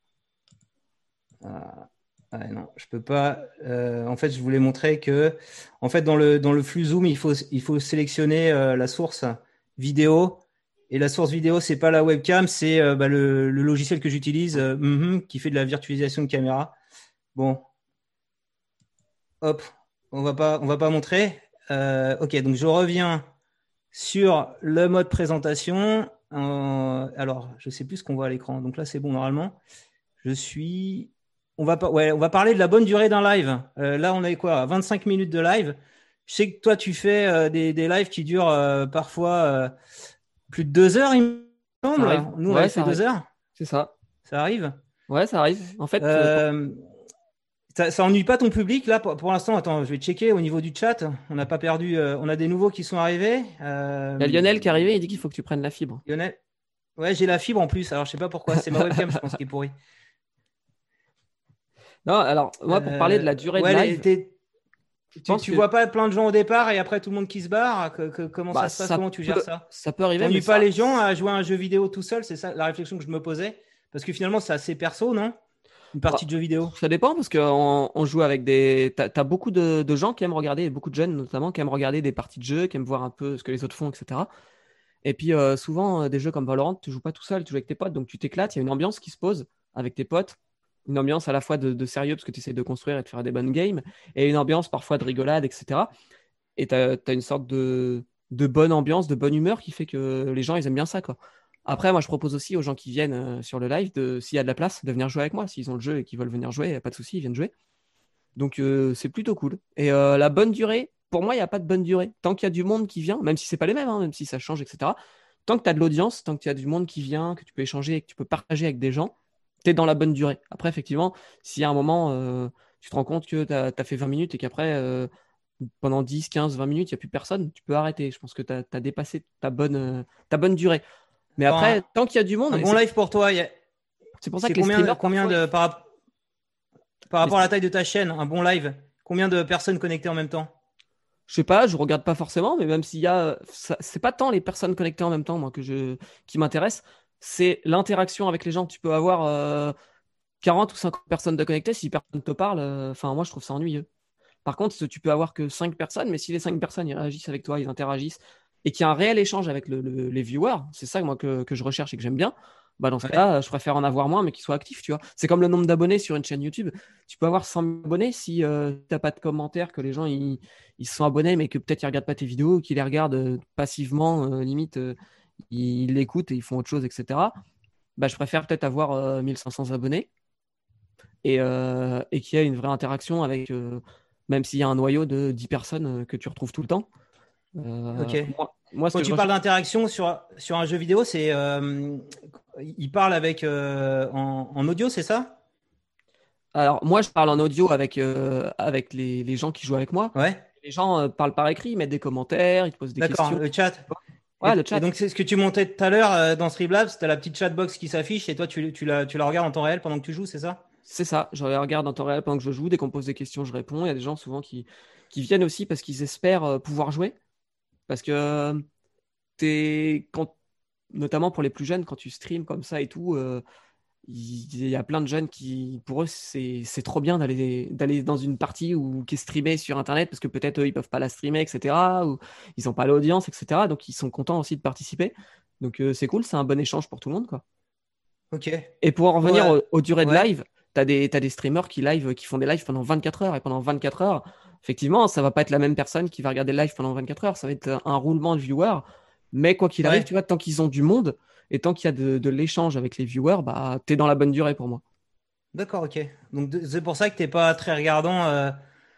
Ah, ouais, non, je peux pas. Euh, en fait, je voulais montrer que, en fait, dans le, dans le flux Zoom, il faut, il faut sélectionner euh, la source vidéo. Et la source vidéo, c'est pas la webcam, c'est euh, bah, le, le logiciel que j'utilise, euh, mhm, qui fait de la virtualisation de caméra. Bon, hop, on va pas, on va pas montrer. Euh, ok, donc je reviens sur le mode présentation. Euh, alors, je sais plus ce qu'on voit à l'écran. Donc là, c'est bon normalement. Je suis. On va, ouais, on va parler de la bonne durée d'un live. Euh, là, on a quoi? vingt-cinq minutes de live. Je sais que toi, tu fais euh, des, des lives qui durent euh, parfois euh, plus de deux heures, il me Ça semble. arrive. Nous, on Ouais, avait ça fait deux arrive. heures. C'est ça. Ça arrive. Ouais, ça arrive. En fait, euh, pour- Euh, ça, ça ennuie pas ton public là pour, pour l'instant? Attends, je vais checker au niveau du chat. On n'a pas perdu. Euh, on a des nouveaux qui sont arrivés. Euh, il y a Lionel qui est arrivé, il dit qu'il faut que tu prennes la fibre. Lionel. Ouais, j'ai la fibre en plus. Alors, je sais pas pourquoi. C'est ma webcam, je pense, qui est pourrie. Non, alors, moi, pour parler de Euh, la durée de ouais, les- live, t'es- je tu, pense tu que vois pas plein de gens au départ et après tout le monde qui se barre. Que- que- comment bah, ça se passe? ça Comment tu gères peut, ça? ça peut arriver, mais T'ennuies pas ça, les gens à jouer à un jeu vidéo tout seul? C'est ça la réflexion que je me posais. Parce que finalement, c'est assez perso, non? Une partie bah, de jeu vidéo. ça dépend parce qu'on on joue avec des. T'as, t'as beaucoup de, de gens qui aiment regarder, et beaucoup de jeunes notamment, qui aiment regarder des parties de jeux, qui aiment voir un peu ce que les autres font, et cetera. Et puis euh, souvent, euh, des jeux comme Valorant, tu joues pas tout seul, tu joues avec tes potes, donc tu t'éclates, il y a une ambiance qui se pose avec tes potes. Une ambiance à la fois de, de sérieux parce que tu essaies de construire et de faire des bonnes games, et une ambiance parfois de rigolade, et cetera. Et tu as une sorte de, de bonne ambiance, de bonne humeur qui fait que les gens, ils aiment bien ça, quoi. Après, moi, je propose aussi aux gens qui viennent euh, sur le live, de, s'il y a de la place, de venir jouer avec moi. S'ils ont le jeu et qu'ils veulent venir jouer, y a pas de souci, ils viennent jouer. Donc, euh, c'est plutôt cool. Et euh, la bonne durée, pour moi, il n'y a pas de bonne durée. Tant qu'il y a du monde qui vient, même si c'est pas les mêmes, hein, même si ça change, et cetera. Tant que tu as de l'audience, tant qu'il y a du monde qui vient, que tu peux échanger et que tu peux partager avec des gens, tu es dans la bonne durée. Après, effectivement, s'il y a un moment, euh, tu te rends compte que tu as fait vingt minutes et qu'après, euh, pendant dix, quinze, vingt minutes, il n'y a plus personne, tu peux arrêter. Je pense que tu as, dépassé ta bonne, euh, ta bonne durée. Mais Attends, après, un, tant qu'il y a du monde, un et bon c'est live pour toi, y a- c'est pour ça c'est que les combien, streamers, combien parfois, ils- de par, rap- par les rapport à la stream- taille de ta chaîne, un bon live? Combien de personnes connectées en même temps? je sais pas, je regarde pas forcément, mais même s'il y a, ça- c'est pas tant les personnes connectées en même temps, moi, que je, qui m'intéresse, c'est l'interaction avec les gens. Tu peux avoir euh, quarante ou cinquante personnes de connectées, si personne te parle, euh, enfin, moi, je trouve ça ennuyeux. Par contre, tu peux avoir que cinq personnes, mais si les cinq personnes ils réagissent avec toi, ils interagissent, et qu'il y a un réel échange avec le- le- les viewers, c'est ça moi que, que je recherche et que j'aime bien, bah dans ce Ouais. cas-là, je préfère en avoir moins, mais qu'ils soient actifs, tu vois. C'est comme le nombre d'abonnés sur une chaîne YouTube. Tu peux avoir cent mille abonnés si euh, tu n'as pas de commentaires, que les gens ils, ils se sont abonnés, mais que peut-être ils regardent pas tes vidéos, qu'ils les regardent euh, passivement, euh, limite, euh, ils l'écoutent et ils font autre chose, et cetera. Bah, je préfère peut-être avoir euh, mille cinq cents abonnés et, euh, et qu'il y ait une vraie interaction avec, euh, même s'il y a un noyau de dix personnes euh, que tu retrouves tout le temps. Ok. Euh, moi, moi, ce Quand que je tu parles recherche, d'interaction sur, sur un jeu vidéo, c'est euh, il parle avec euh, en, en audio, c'est ça? alors moi, je parle en audio avec, euh, avec les, les gens qui jouent avec moi. Ouais. Les gens euh, parlent par écrit, ils mettent des commentaires, ils te posent des D'accord, questions. le chat. Et, Ouais, le et chat. donc, c'est ce que tu montais tout à l'heure euh, dans Streamlabs, tu as la petite chatbox qui s'affiche et toi, tu, tu, la, tu la regardes en temps réel pendant que tu joues, c'est ça? C'est ça. Je les regarde en temps réel pendant que je joue. Dès qu'on me pose des questions, je réponds. Il y a des gens souvent qui, qui viennent aussi parce qu'ils espèrent euh, pouvoir jouer. Parce que euh, t'es, quand, notamment pour les plus jeunes, quand tu streams comme ça et tout, euh, il y a plein de jeunes qui, pour eux, c'est c'est trop bien d'aller d'aller dans une partie ou qui est streamée sur Internet parce que peut-être eux, ils peuvent pas la streamer, et cetera. Ou ils ont pas l'audience, et cetera. Donc ils sont contents aussi de participer. Donc euh, c'est cool, c'est un bon échange pour tout le monde, quoi. Ok. Et pour en Bon, revenir euh, aux, aux durées de ouais. live, t'as des, t'as des streamers qui live, qui font des lives pendant vingt-quatre heures et pendant vingt-quatre heures, effectivement, ça va pas être la même personne qui va regarder le live pendant vingt-quatre heures. Ça va être un roulement de viewers. Mais quoi qu'il arrive, tu Ouais. vois, tant qu'ils ont du monde et tant qu'il y a de, de l'échange avec les viewers, bah, t'es dans la bonne durée pour moi. D'accord, ok. Donc, de- c'est pour ça que t'es pas très regardant. euh,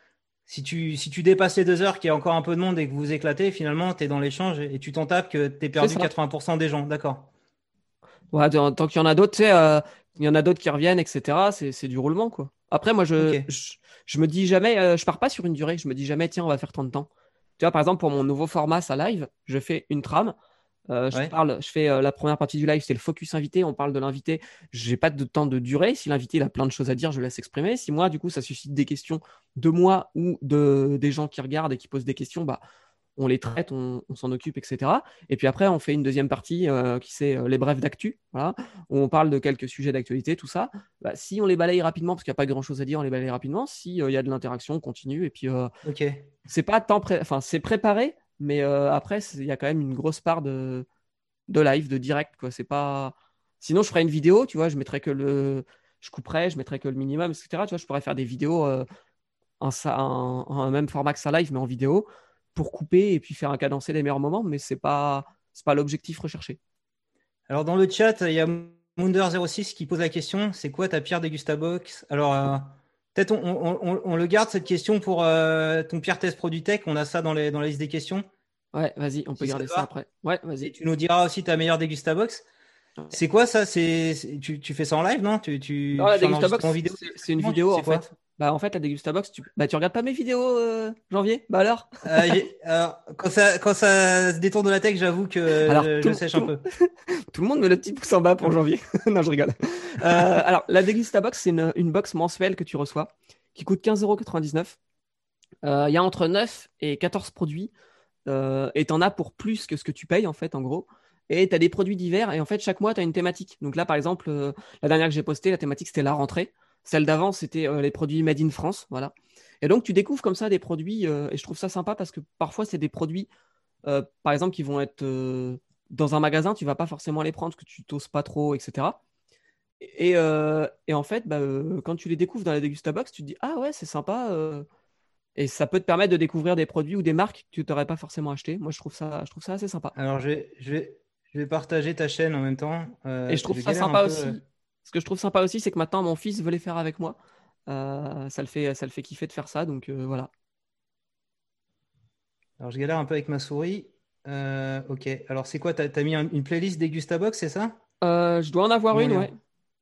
si tu, si tu dépasses les deux heures, qu'il y a encore un peu de monde et que vous vous éclatez, finalement, tu es dans l'échange et tu t'en tapes que tu as C'est perdu ça. quatre-vingts pour cent des gens. D'accord. Ouais, tant tant qu'il y en a d'autres, tu sais, euh, il y en a d'autres qui reviennent, et cetera. C'est, c'est du roulement, quoi. Après, moi, Ok. je, je, je me dis jamais, euh, je pars pas sur une durée. Je me dis jamais, tiens, on va faire tant de temps. Tu vois, par exemple, pour mon nouveau format, ça live, je fais une trame. Euh, je Ouais. parle, je fais euh, la première partie du live, c'est le focus invité. On parle de l'invité. J'ai pas de temps de durée. Si l'invité il a plein de choses à dire, je le laisse exprimer. Si moi, du coup, ça suscite des questions de moi ou de des gens qui regardent et qui posent des questions, bah on les traite, on, on s'en occupe, et cetera. Et puis après, on fait une deuxième partie euh, qui c'est euh, les brefs d'actu, voilà, où on parle de quelques sujets d'actualité, tout ça. Bah, si on les balaye rapidement, parce qu'il n'y a pas grand-chose à dire, on les balaye rapidement. Si euh, il y a de l'interaction, on continue. Et puis euh, Ok. c'est pas tant, pré- enfin c'est préparé, mais euh, après il y a quand même une grosse part de de live, de direct, quoi. C'est pas. Sinon, je ferais une vidéo, tu vois, je mettrais que le, je couperais, je mettrais que le minimum, et cetera. Tu vois, je pourrais faire des vidéos euh, un, un, un même format que ça live, mais en vidéo, pour couper et puis faire un cadencé des meilleurs moments, mais c'est pas, c'est pas l'objectif recherché. Alors, dans le chat, il y a Mounder zéro six qui pose la question, c'est quoi ta pire Degustabox? Alors, euh, peut-être on, on- on- on le garde, cette question, pour euh, ton pire test produit tech. On a ça dans, les, dans la liste des questions, Ouais, vas-y, on peut si ça garder te ça va. après. Ouais, Et vas-y. tu nous diras aussi ta meilleure Degustabox. Ouais. C'est quoi ça? C'est, c'est- tu, tu fais ça en live, non? Tu, Non, tu, tu la fais un enregistrement Degustabox, vidéo c'est c'est une directement? Tu- vidéo C'est en quoi? fait. Bah en fait, la Degustabox, tu, bah, tu regardes pas mes vidéos, euh, Janvier? Bah alors? Euh, j'ai- alors, quand ça, quand ça se détourne de la tech, j'avoue que Alors, je, tout, je le- sèche un tout, peu. tout le monde me le petit pouce en bas pour janvier. Non, je rigole. Euh, alors, la Degustabox, c'est une, une box mensuelle que tu reçois qui coûte quinze euros quatre-vingt-dix-neuf. Euh, Il y a entre neuf et quatorze produits euh, et tu en as pour plus que ce que tu payes en fait, en gros. Et tu as des produits divers et en fait, chaque mois, tu as une thématique. Donc là, par exemple, euh, la dernière que j'ai postée, la thématique c'était la rentrée. Celle d'avant, c'était euh, les produits made in France. Voilà. Et donc, tu découvres comme ça des produits euh, et je trouve ça sympa parce que parfois, c'est des produits, euh, par exemple, qui vont être euh, dans un magasin, tu vas pas forcément les prendre parce que tu t'oses pas trop, et cetera. Et, euh, et en fait, bah, euh, quand tu les découvres dans la Degustabox, tu te dis, ah ouais, c'est sympa. euh, et ça peut te permettre de découvrir des produits ou des marques que tu n'aurais pas forcément acheté. Moi, je trouve ça, je trouve ça assez sympa. Alors, je vais, je vais, je vais partager ta chaîne en même temps. Et Euh, je trouve je ça galère un sympa peu. euh. aussi. Ce que je trouve sympa aussi, c'est que maintenant, mon fils veut les faire avec moi. Euh, ça le fait, ça le fait kiffer de faire ça. Donc euh, voilà. Alors, je galère un peu avec ma souris. Euh, ok. Alors, c'est quoi? T'as, t'as mis un- une playlist Degustabox, c'est ça? Euh, je dois en avoir Comment on une, est ouais. en-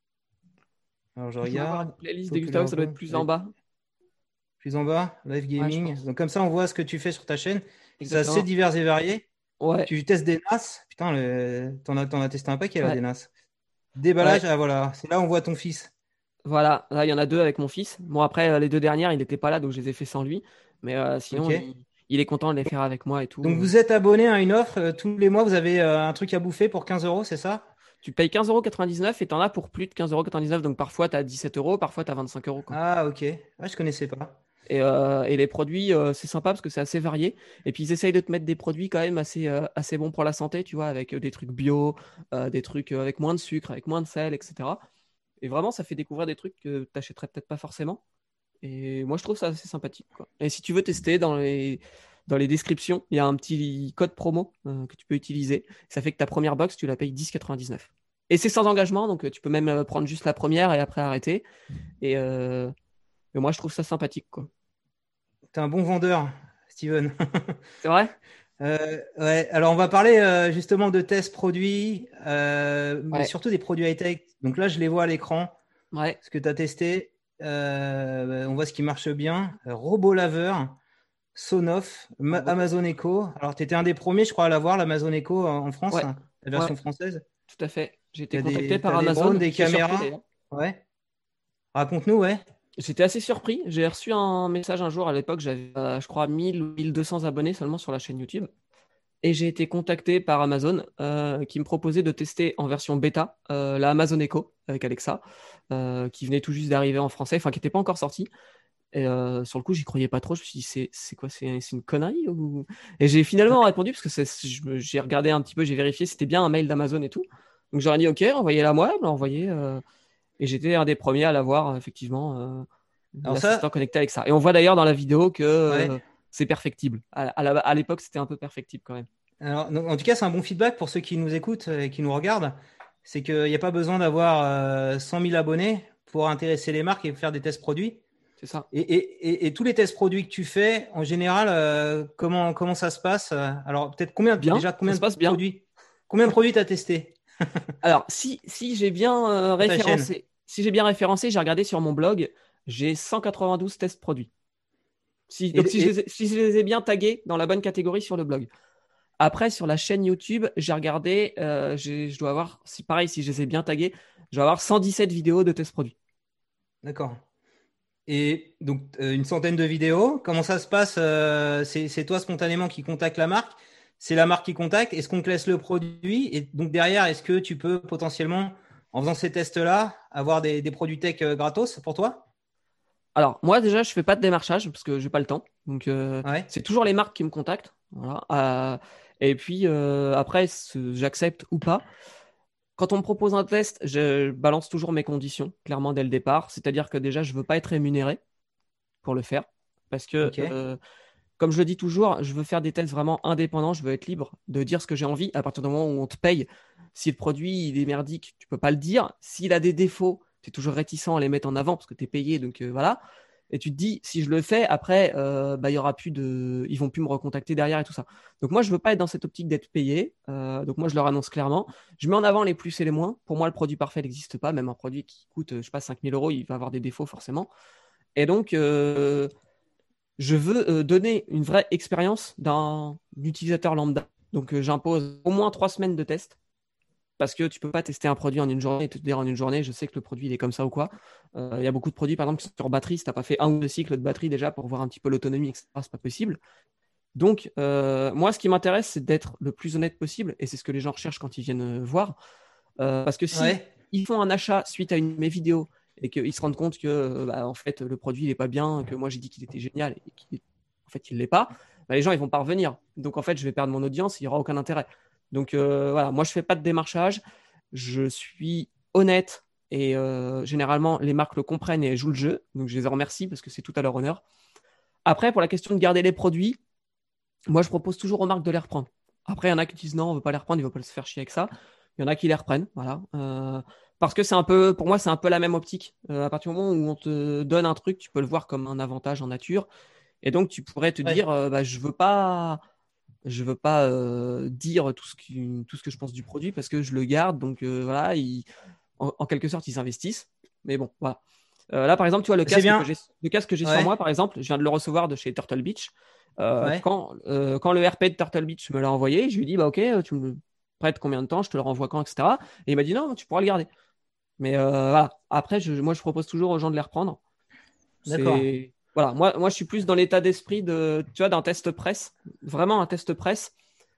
Alors, je Je dois avoir une regarde. playlist Popular dégustables, ça doit être Vote. plus en Live- bas. Plus en bas, Live Ouais, je Gaming. pense. Donc, comme ça, on voit ce que tu fais sur ta chaîne. C'est assez Exactement. divers et varié. Ouais, Tu testes des N A S. Putain, le... t'en as, t'en as testé un paquet là, des ouais, N A S. Déballage, ouais. ah voilà. C'est là où on voit ton fils. Voilà. Là, il y en a deux avec mon fils. Bon, après, euh, les deux dernières, il n'était pas là, donc je les ai fait sans lui. Mais euh, sinon, Ok. il, il est content de les faire avec moi et tout. Donc, euh. vous êtes abonné à une offre. euh, tous les mois, vous avez euh, un truc à bouffer pour quinze euros, c'est ça? Tu payes quinze euros quatre-vingt-dix-neuf et t'en as pour plus de quinze euros quatre-vingt-dix-neuf. Donc parfois, tu as dix-sept euros, parfois, tu as vingt-cinq euros, quoi. Ah, ok. Ah, je connaissais pas. Et, euh, et les produits, euh, c'est sympa parce que c'est assez varié. Et puis, ils essayent de te mettre des produits quand même assez, euh, assez bons pour la santé, tu vois, avec euh, des trucs bio, euh, des trucs euh, avec moins de sucre, avec moins de sel, et cetera. Et vraiment, ça fait découvrir des trucs que tu n'achèterais peut-être pas forcément. Et moi, je trouve ça assez sympathique, quoi. Et si tu veux tester, dans les, dans les descriptions, il y a un petit code promo euh, que tu peux utiliser. Ça fait que ta première box, tu la payes dix quatre-vingt-dix-neuf. Et c'est sans engagement, donc euh, tu peux même euh, prendre juste la première et après arrêter. Et, euh, et moi, je trouve ça sympathique, quoi. T'es un bon vendeur, Steven. C'est vrai? Euh, ouais, alors on va parler euh, justement de tests produits, euh, mais Ouais. surtout des produits high-tech. Donc là, je les vois à l'écran, Ouais. ce que tu as testé. Euh, on voit ce qui marche bien. Euh, robot laveur, Sonoff, Ma- Robot Amazon laveur. Echo. Alors, tu étais un des premiers, je crois, à l'avoir, l'Amazon Echo en en France, Ouais. hein, la Ouais. version française. Tout à fait. J'ai Tu été as contacté des, par t'as des drones, Amazon. des J'étais surpris caméras. d'ailleurs. Ouais. Raconte-nous, ouais. J'étais assez surpris. J'ai reçu un message un jour. À l'époque, j'avais, euh, je crois, mille ou mille deux cents abonnés seulement sur la chaîne YouTube. Et j'ai été contacté par Amazon euh, qui me proposait de tester en version bêta euh, la Amazon Echo avec Alexa, euh, qui venait tout juste d'arriver en français, enfin qui n'était pas encore sortie. Et euh, sur le coup, j'y croyais pas trop. Je me suis dit, c'est, c'est quoi? C'est, c'est une connerie ou... Et j'ai finalement répondu parce que c'est- je me- j'ai regardé un petit peu, j'ai vérifié, c'était bien un mail d'Amazon et tout. Donc j'aurais dit, OK, envoyez-la moi. Elle me l'a envoyé. euh, Et j'étais un des premiers à l'avoir, effectivement, euh, Alors l'assistant ça, connecté avec ça. Et on voit d'ailleurs dans la vidéo que ouais. euh, c'est perfectible. À, à la- à l'époque, c'était un peu perfectible quand même. Alors, donc, en tout cas, c'est un bon feedback pour ceux qui nous écoutent et qui nous regardent. C'est qu'il n'y a pas besoin d'avoir euh, cent mille abonnés pour intéresser les marques et faire des tests produits. c'est ça. Et, et, et, et tous les tests produits que tu fais, en général, euh, comment, comment ça se passe? Alors, peut-être combien, Bien, déjà, ça combien se de passe bien. produits, combien de produits tu as testé Alors, si, si j'ai bien euh, sur ta chaîne? référencé, si j'ai bien référencé, j'ai regardé sur mon blog, j'ai cent quatre-vingt-douze tests produits. Si, Et, donc, si je, les et, ai, si je les ai bien tagués dans la bonne catégorie sur le blog. Après, sur la chaîne YouTube, j'ai regardé, euh, j'ai- je dois avoir, si pareil, si je les ai bien tagués, je dois avoir cent dix-sept vidéos de tests produits. d'accord. Et donc, euh, une centaine de vidéos. Comment ça se passe? euh, c'est, c'est toi spontanément qui contacte la marque? C'est la marque qui contacte? Est-ce qu'on te laisse le produit? Et donc, derrière, est-ce que tu peux potentiellement, en faisant ces tests-là, avoir des, des produits tech euh, gratos pour toi? Alors, moi, déjà, je fais pas de démarchage parce que j'ai pas le temps. Donc, euh, Ouais. c'est toujours les marques qui me contactent. Voilà. Euh, et puis, euh, après, ce- j'accepte ou pas. Quand on me propose un test, je balance toujours mes conditions, clairement, dès le départ. C'est-à-dire que déjà, je veux pas être rémunéré pour le faire. Parce que, Ok. euh, comme je le dis toujours, je veux faire des tests vraiment indépendants. Je veux être libre de dire ce que j'ai envie à partir du moment où on te paye. Si le produit il est merdique, tu peux pas le dire. S'il a des défauts, tu es toujours réticent à les mettre en avant parce que tu es payé. Donc euh, voilà. Et tu te dis, si je le fais, après, euh, bah, il y aura plus de... ils vont plus me recontacter derrière et tout ça. Donc moi, je veux pas être dans cette optique d'être payé. Euh, donc moi, je leur annonce clairement. Je mets en avant les plus et les moins. Pour moi, le produit parfait n'existe pas. Même un produit qui coûte, euh, je sais pas, cinq mille euros, il va avoir des défauts forcément. Et donc, euh, je veux euh, donner une vraie expérience d'un utilisateur lambda. Donc, euh, j'impose au moins trois semaines de test parce que tu peux pas tester un produit en une journée et te dire en une journée, je sais que le produit il est comme ça ou quoi. Euh, Il y a beaucoup de produits, par exemple, sur batterie, si tu n'as pas fait un ou deux cycles de batterie déjà pour voir un petit peu l'autonomie, et cetera, c'est pas possible. Donc, euh, moi, ce qui m'intéresse, c'est d'être le plus honnête possible et c'est ce que les gens recherchent quand ils viennent euh, voir. Euh, parce que si Ouais. ils font un achat suite à une de mes vidéos et qu'ils se rendent compte que euh, bah, en fait le produit il est pas bien, que moi j'ai dit qu'il était génial et qu'en fait il l'est pas, bah, les gens ils vont pas revenir. Donc en fait je vais perdre mon audience, il y aura aucun intérêt. Donc euh, voilà, moi je fais pas de démarchage, je suis honnête et euh, généralement les marques le comprennent et elles jouent le jeu. Donc je les en remercie parce que c'est tout à leur honneur. Après pour la question de garder les produits, moi je propose toujours aux marques de les reprendre. Après il y en a qui disent non on veut pas les reprendre, ils veulent pas se faire chier avec ça. Il y en a qui les reprennent, voilà. Euh, parce que c'est un peu, pour moi, c'est un peu la même optique. Euh, à partir du moment où on te donne un truc, tu peux le voir comme un avantage en nature. Et donc, tu pourrais te Ouais. dire, euh, bah, je veux pas, je veux pas euh, dire tout ce, qui, tout ce que je pense du produit parce que je le garde. Donc, euh, voilà, ils- en, en quelque sorte, ils investissent. Mais bon, voilà. Euh, là, par exemple, tu vois, le C'est casque que bien. j'ai, le casque que j'ai sur Ouais. moi, par exemple, je viens de le recevoir de chez Turtle Beach. Euh, Ouais. quand, euh, quand le R P de Turtle Beach me l'a envoyé, je lui ai dit, bah, ok, tu me prêtes combien de temps, je te le renvoie quand, et cetera. Et il m'a dit, non, tu pourras le garder. Mais euh, voilà. Après, je, moi, je propose toujours aux gens de les reprendre. D'accord. C'est voilà. Moi, moi, je suis plus dans l'état d'esprit de, tu vois, d'un test presse, vraiment un test presse.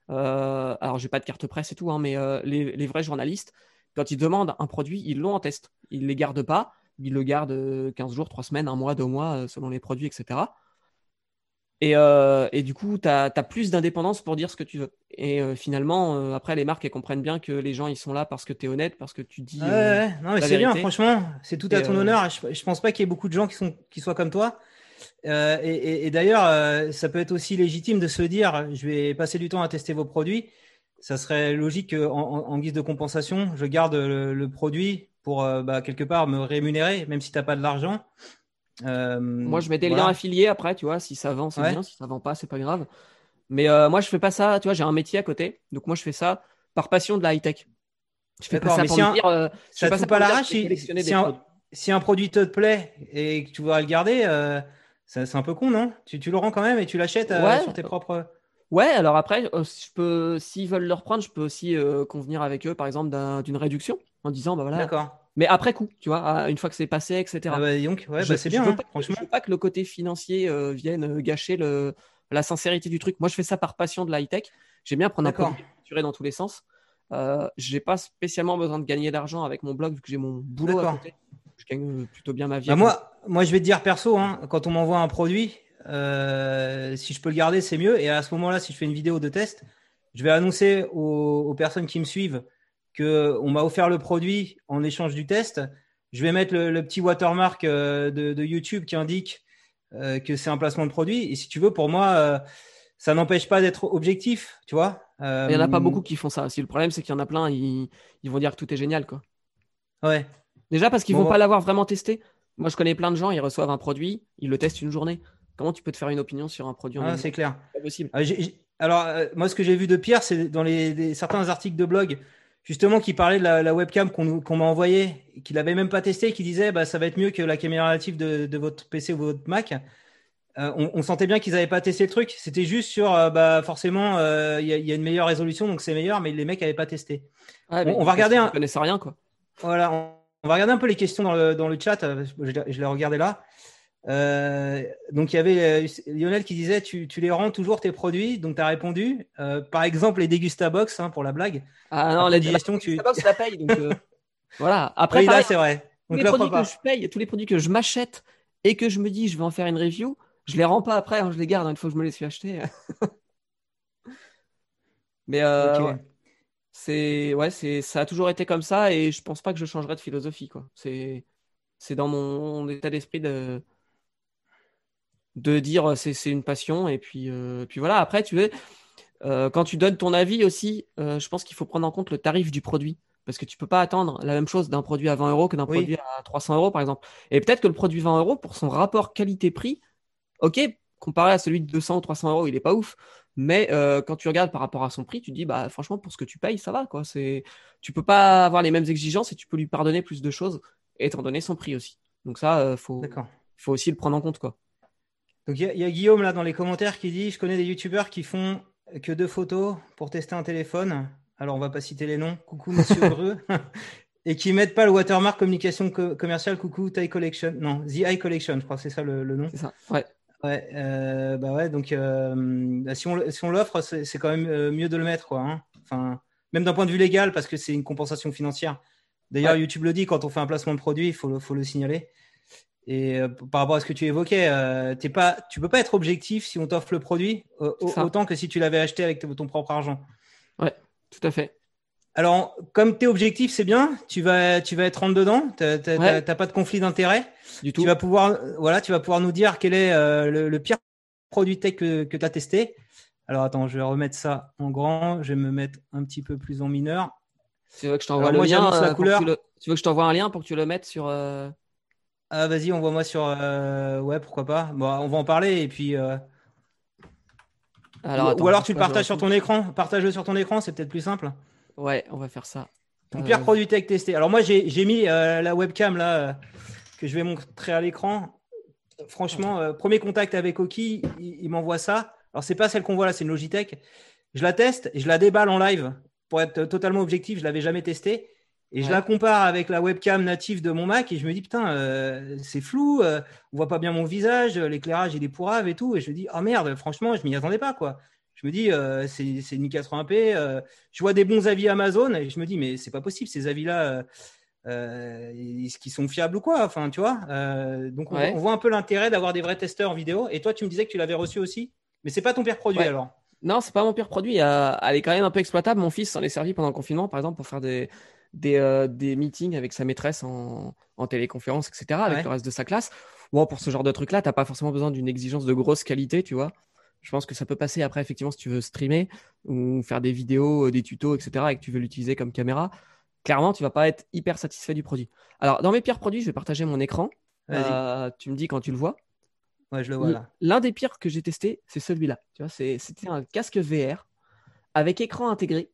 Euh, alors, j'ai pas de carte presse et tout, hein, mais euh, les, les vrais journalistes, quand ils demandent un produit, ils l'ont en test. Ils les gardent pas. Ils le gardent euh, quinze jours, trois semaines, un mois, deux mois, euh, selon les produits, et cetera. Et, euh, et du coup, tu as plus d'indépendance pour dire ce que tu veux. Et euh, finalement, euh, après, les marques, elles comprennent bien que les gens, ils sont là parce que tu es honnête, parce que tu Ouais, dis ouais, euh, ouais. Non, mais la c'est bien, vérité. franchement. C'est tout à Et, ton euh, honneur. Je, je pense pas qu'il y ait beaucoup de gens qui sont, qui soient comme toi. Euh, et et- et d'ailleurs, euh, ça peut être aussi légitime de se dire, je vais passer du temps à tester vos produits. Ça serait logique qu'en en, en guise de compensation, je garde le, le produit pour euh, bah, quelque part me rémunérer, même si t'as pas de l'argent. Moi, Euh, je mets des liens voilà. affiliés après, tu vois. Si ça vend, c'est Ouais. bien. Si ça vend pas, c'est pas grave. Mais euh, moi, je fais pas ça. Tu vois, j'ai un métier à côté. Donc, moi, je fais ça par passion de la high-tech. Je fais pas D'accord. ça Mais pour si me un, dire, euh, je fais ça te pas ça coupe à pour me dire, l'arrache, je vais si, collectionner si des un, produits. si un produit te plaît et que tu voudras le garder, euh, ça- c'est un peu con, non? Tu, tu le rends quand même et tu l'achètes euh, sur Ouais, tes propres. ouais. Alors après, euh, si je peux, s'ils veulent le reprendre, je peux aussi euh, convenir avec eux, par exemple, d'un- d'une réduction en disant, bah voilà. D'accord. Mais après coup, tu vois, à- une fois que c'est passé, Ah et cetera. bah dis donc, ouais, Je, bah c'est je bien, veux hein, pas, que- franchement. je veux pas que le côté financier euh, vienne euh, gâcher le, la sincérité du truc. Moi, je fais ça par passion de la high-tech. J'aime bien prendre un produit D'accord. structuré dans tous les sens. Euh, j'ai pas spécialement besoin de gagner d'argent avec mon blog vu que j'ai mon boulot à D'accord. côté. Je gagne euh, plutôt bien ma vie Bah avec mon. moi, moi, je vais te dire perso, hein, quand on m'envoie un produit, euh, si je peux le garder, c'est mieux. Et à ce moment-là, si je fais une vidéo de test, je vais annoncer aux, aux personnes qui me suivent que on m'a offert le produit en échange du test. Je vais mettre le, le petit watermark euh, de, de YouTube qui indique euh, que c'est un placement de produit. Et si tu veux, pour moi, euh, ça n'empêche pas d'être objectif, tu vois. Il y en a pas Euh, beaucoup qui font ça. Si le problème, c'est qu'il y en a plein, ils, ils vont dire que tout est génial, quoi. ouais. Déjà parce qu'ils Bon, vont pas bon. l'avoir vraiment testé. Moi, je connais plein de gens, ils reçoivent un produit, ils le testent une journée. Comment tu peux te faire une opinion sur un produit en Ah, une c'est journée? clair. C'est pas possible. Ah, j'ai- j'ai- alors, euh, moi, ce que j'ai vu de pire, c'est dans les, les- certains articles de blog, justement, qui parlaient de la, la webcam qu'on nous- qu'on m'a envoyée, et qu'il n'avait même pas testé, qui disait bah, ça va être mieux que la caméra native de, de votre P C ou votre Mac. Euh, on, on sentait bien qu'ils n'avaient pas testé le truc. C'était juste sur, euh, bah, forcément, euh, il y, a- il y a une meilleure résolution, donc c'est meilleur, mais les mecs n'avaient pas testé. Ouais, On, mais on du- va parce regarder qu'ils ne un, connaissent rien, quoi. voilà, on, on va regarder un peu les questions dans le, dans le chat. euh, Je, l'ai- je l'ai regardé là. Euh, donc il y avait euh, Lionel qui disait tu, tu les rends toujours tes produits, donc tu as répondu. Euh, par exemple les Dégustabox hein, pour la blague. Ah non, Après les, bah, digestion, les tu. Starbucks, je la paye, donc euh, voilà. Après, Oui, là pareil, c'est vrai. tous Donc les l'offre produits que je pas. paye, tous les produits que je m'achète et que je me dis je vais en faire une review, je les rends pas après, hein, je les garde hein, une fois que je me les suis achetés. Mais Ok. euh, ouais, c'est ouais, c'est ça a toujours été comme ça et je pense pas que je changerai de philosophie quoi. C'est c'est dans mon état d'esprit de de dire c'est c'est une passion et puis euh, puis voilà. Après, tu veux euh, quand tu donnes ton avis aussi, euh, je pense qu'il faut prendre en compte le tarif du produit. Parce que tu peux pas attendre la même chose d'un produit à vingt euros que d'un produit Oui. à trois cents euros, par exemple. Et peut-être que le produit vingt euros, pour son rapport qualité-prix, ok, comparé à celui de deux cents ou trois cents euros, il est pas ouf. Mais euh, quand tu regardes par rapport à son prix, tu te dis, bah franchement, pour ce que tu payes, ça va, quoi. C'est... Tu peux pas avoir les mêmes exigences et tu peux lui pardonner plus de choses, étant donné son prix aussi. Donc ça, euh, faut... D'accord. faut aussi le prendre en compte, quoi. Donc il y, a- il y a Guillaume là dans les commentaires qui dit je connais des youtubeurs qui font que deux photos pour tester un téléphone. Alors on va pas citer les noms. Coucou Monsieur Dreux. Et qui mettent pas le watermark communication co- commerciale. Coucou Thai Collection. Non, The Eye Collection. Je crois que c'est ça le, le nom. C'est ça. Ouais. Ouais, euh, bah ouais, donc euh, bah, si on, si on l'offre, c'est c'est quand même euh, mieux de le mettre, quoi. Hein. Enfin, même d'un point de vue légal, parce que c'est une compensation financière. D'ailleurs, Ouais. YouTube le dit, quand on fait un placement de produit, il faut, le- faut le signaler. Et euh, par rapport à ce que tu évoquais, euh, t'es pas, tu peux pas être objectif si on t'offre le produit, euh, C'est ça. autant que si tu l'avais acheté avec ton propre argent. Ouais. Tout à fait. Alors, comme tu es objectif, c'est bien, tu vas, tu vas être rentre dedans, tu Ouais. n'as pas de conflit d'intérêt. Du Tu vas tout. pouvoir, euh, voilà, tu vas pouvoir nous dire quel est euh, le, le pire produit tech que, que tu as testé. Alors, attends, je vais remettre ça en grand, je vais me mettre un petit peu plus en mineur. Tu veux que je t'envoie Alors, le moi, lien j'annonce la euh, pour que tu couleur. le... Tu veux que je t'envoie un lien pour que tu le mettes sur... euh, Ah, vas-y, envoie-moi sur. euh, ouais, pourquoi pas. Bon, on va en parler et puis. euh, Alors ou, ou attends, alors, bouge tu le pas, je partages sur ton retouche. écran. Partage-le sur ton écran, c'est peut-être plus simple. Ouais, on va faire ça. Ton pire Euh, produit tech testé. Alors, moi, j'ai j'ai mis euh, la webcam là, euh, que je vais montrer à l'écran. Franchement, euh, premier contact avec Oki, il, il m'envoie ça. Alors, c'est pas celle qu'on voit là, c'est une Logitech. Je la teste et je la déballe en live. Pour être totalement objectif, je l'avais jamais testée. Et je la Ouais. compare avec la webcam native de mon Mac et je me dis, putain, euh, c'est flou, euh, on voit pas bien mon visage, l'éclairage il est pourrave et tout. Et je me dis, oh merde, franchement, je m'y attendais pas, quoi. Je me dis, euh, c'est, c'est mille quatre-vingts p. Euh, je vois des bons avis Amazon et je me dis, mais c'est pas possible, ces avis-là, euh, euh, est-ce qu'ils sont fiables ou quoi? Enfin, tu vois. Euh, donc, on voit, on Ouais. voit un peu l'intérêt d'avoir des vrais testeurs en vidéo. Et toi, tu me disais que tu l'avais reçu aussi, mais c'est pas ton pire produit Ouais. alors. Non, c'est pas mon pire produit. euh, Elle est quand même un peu exploitable. Mon fils s'en est servi pendant le confinement, par exemple, pour faire des, des, euh, des meetings avec sa maîtresse en, en téléconférence, et cetera, avec le Ouais. reste de sa classe. Bon, pour ce genre de truc-là, t'as pas forcément besoin d'une exigence de grosse qualité, tu vois. Je pense que ça peut passer après, effectivement, si tu veux streamer ou faire des vidéos, euh, des tutos, et cetera, et que tu veux l'utiliser comme caméra. Clairement, tu vas pas être hyper satisfait du produit. Alors, dans mes pires produits, je vais partager mon écran. Vas-y. Euh, tu me dis quand tu le vois. Ouais, je le vois L- là. L'un des pires que j'ai testé, c'est celui-là. Tu vois, c'est- c'était un casque V R avec écran intégré.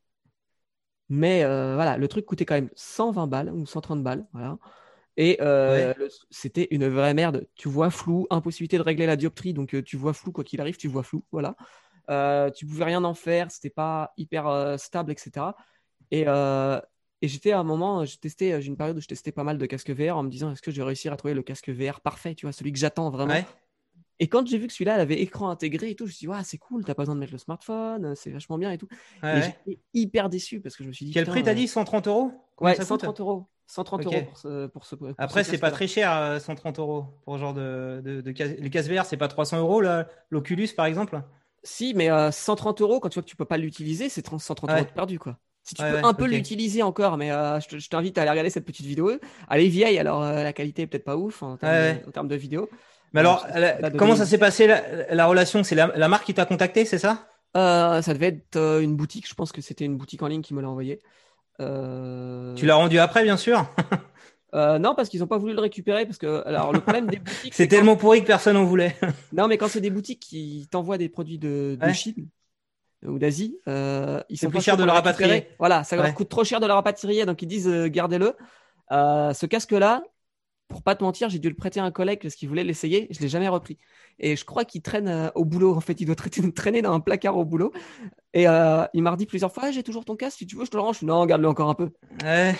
Mais euh, voilà, le truc coûtait quand même cent vingt balles ou cent trente balles. Voilà. Et euh, Ouais. le- c'était une vraie merde. Tu vois flou, impossibilité de régler la dioptrie, donc euh, tu vois flou, quoi qu'il arrive, tu vois flou. Voilà. Euh, tu pouvais rien en faire, c'était pas hyper euh, stable, et cetera. Et, euh, et j'étais à un moment, j'ai testé, j'ai une période où je testais pas mal de casques V R en me disant est-ce que je vais réussir à trouver le casque V R parfait, tu vois, celui que j'attends vraiment. Ouais. Et quand j'ai vu que celui-là, il avait écran intégré et tout, je me suis dit, ouais, c'est cool, t'as pas besoin de mettre le smartphone, c'est vachement bien et tout. Ouais. Et Ouais. j'étais hyper déçu parce que je me suis dit, Quel prix putain, t'as euh, dit? cent trente euros? Combien ouais, ça coûte? cent trente euros. cent trente euros Ok. pour ce, pour ce, pour ce Après, c'est pas casque-là. très cher, euh, cent trente euros pour ce genre de, de, de cas- Les cases V R, c'est pas trois cents euros, là, l'Oculus, par exemple? Si, mais euh, cent trente euros, quand tu vois que tu peux pas l'utiliser, c'est cent trente euros Ouais, de perdu, quoi. Si tu ouais, peux ouais, un peu ok. l'utiliser encore, mais euh, je te- je t'invite à aller regarder cette petite vidéo. Elle est vieille, alors euh, la qualité est peut-être pas ouf en Ouais, termes de, ouais. en termes de vidéo. Mais Euh, je alors, pense que ça la- date de comment ça s'est deux mille dix-sept. passé la, la relation? C'est la, la marque qui t'a contacté, c'est ça? Euh, ça devait être euh, une boutique, je pense que c'était une boutique en ligne qui me l'a envoyé. Euh, Tu l'as rendu après, bien sûr. Euh, non, parce qu'ils n'ont pas voulu le récupérer. Parce que, alors, le problème des boutiques, C'est c'est quand. tellement pourri que personne en voulait. Non, mais quand c'est des boutiques qui t'envoient des produits de, de Ouais. Chine ou d'Asie, euh, ils C'est sont plus pas chauds cher de pour le le rapatrier. récupérer. Voilà, ça leur Ouais. coûte trop cher de le rapatrier. Donc, ils disent euh, gardez-le. Euh, ce casque-là, pour pas te mentir, j'ai dû le prêter à un collègue parce qu'il voulait l'essayer. Je l'ai jamais repris. Et je crois qu'il traîne euh, au boulot. En fait, il doit traiter- traîner dans un placard au boulot. Et euh, il m'a redit plusieurs fois, ah, j'ai toujours ton casque. Si tu veux, je te le range. Non, garde-le encore un peu. Ouais.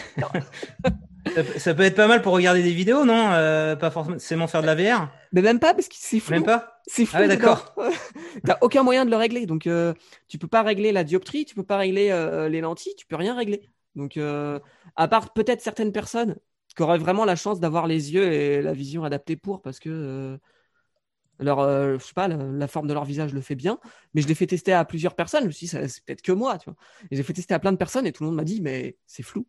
Ça, peut ça peut être pas mal pour regarder des vidéos, non? Euh, pas forcément faire de la V R. Mais même pas parce que c'est Même flou. pas? C'est Ah ouais, flou dedans. d'accord. T'as aucun moyen de le régler. Donc, euh, tu peux pas régler la dioptrie, tu peux pas régler euh, les lentilles, tu peux rien régler. Donc, euh, à part peut-être certaines personnes qui auraient vraiment la chance d'avoir les yeux et la vision adaptée pour, parce que euh, leur, euh, je sais pas, la, la forme de leur visage le fait bien. Mais je l'ai fait tester à plusieurs personnes. Je me suis dit, ça- c'est peut-être que moi, tu vois. Et j'ai fait tester à plein de personnes et tout le monde m'a dit, mais c'est flou.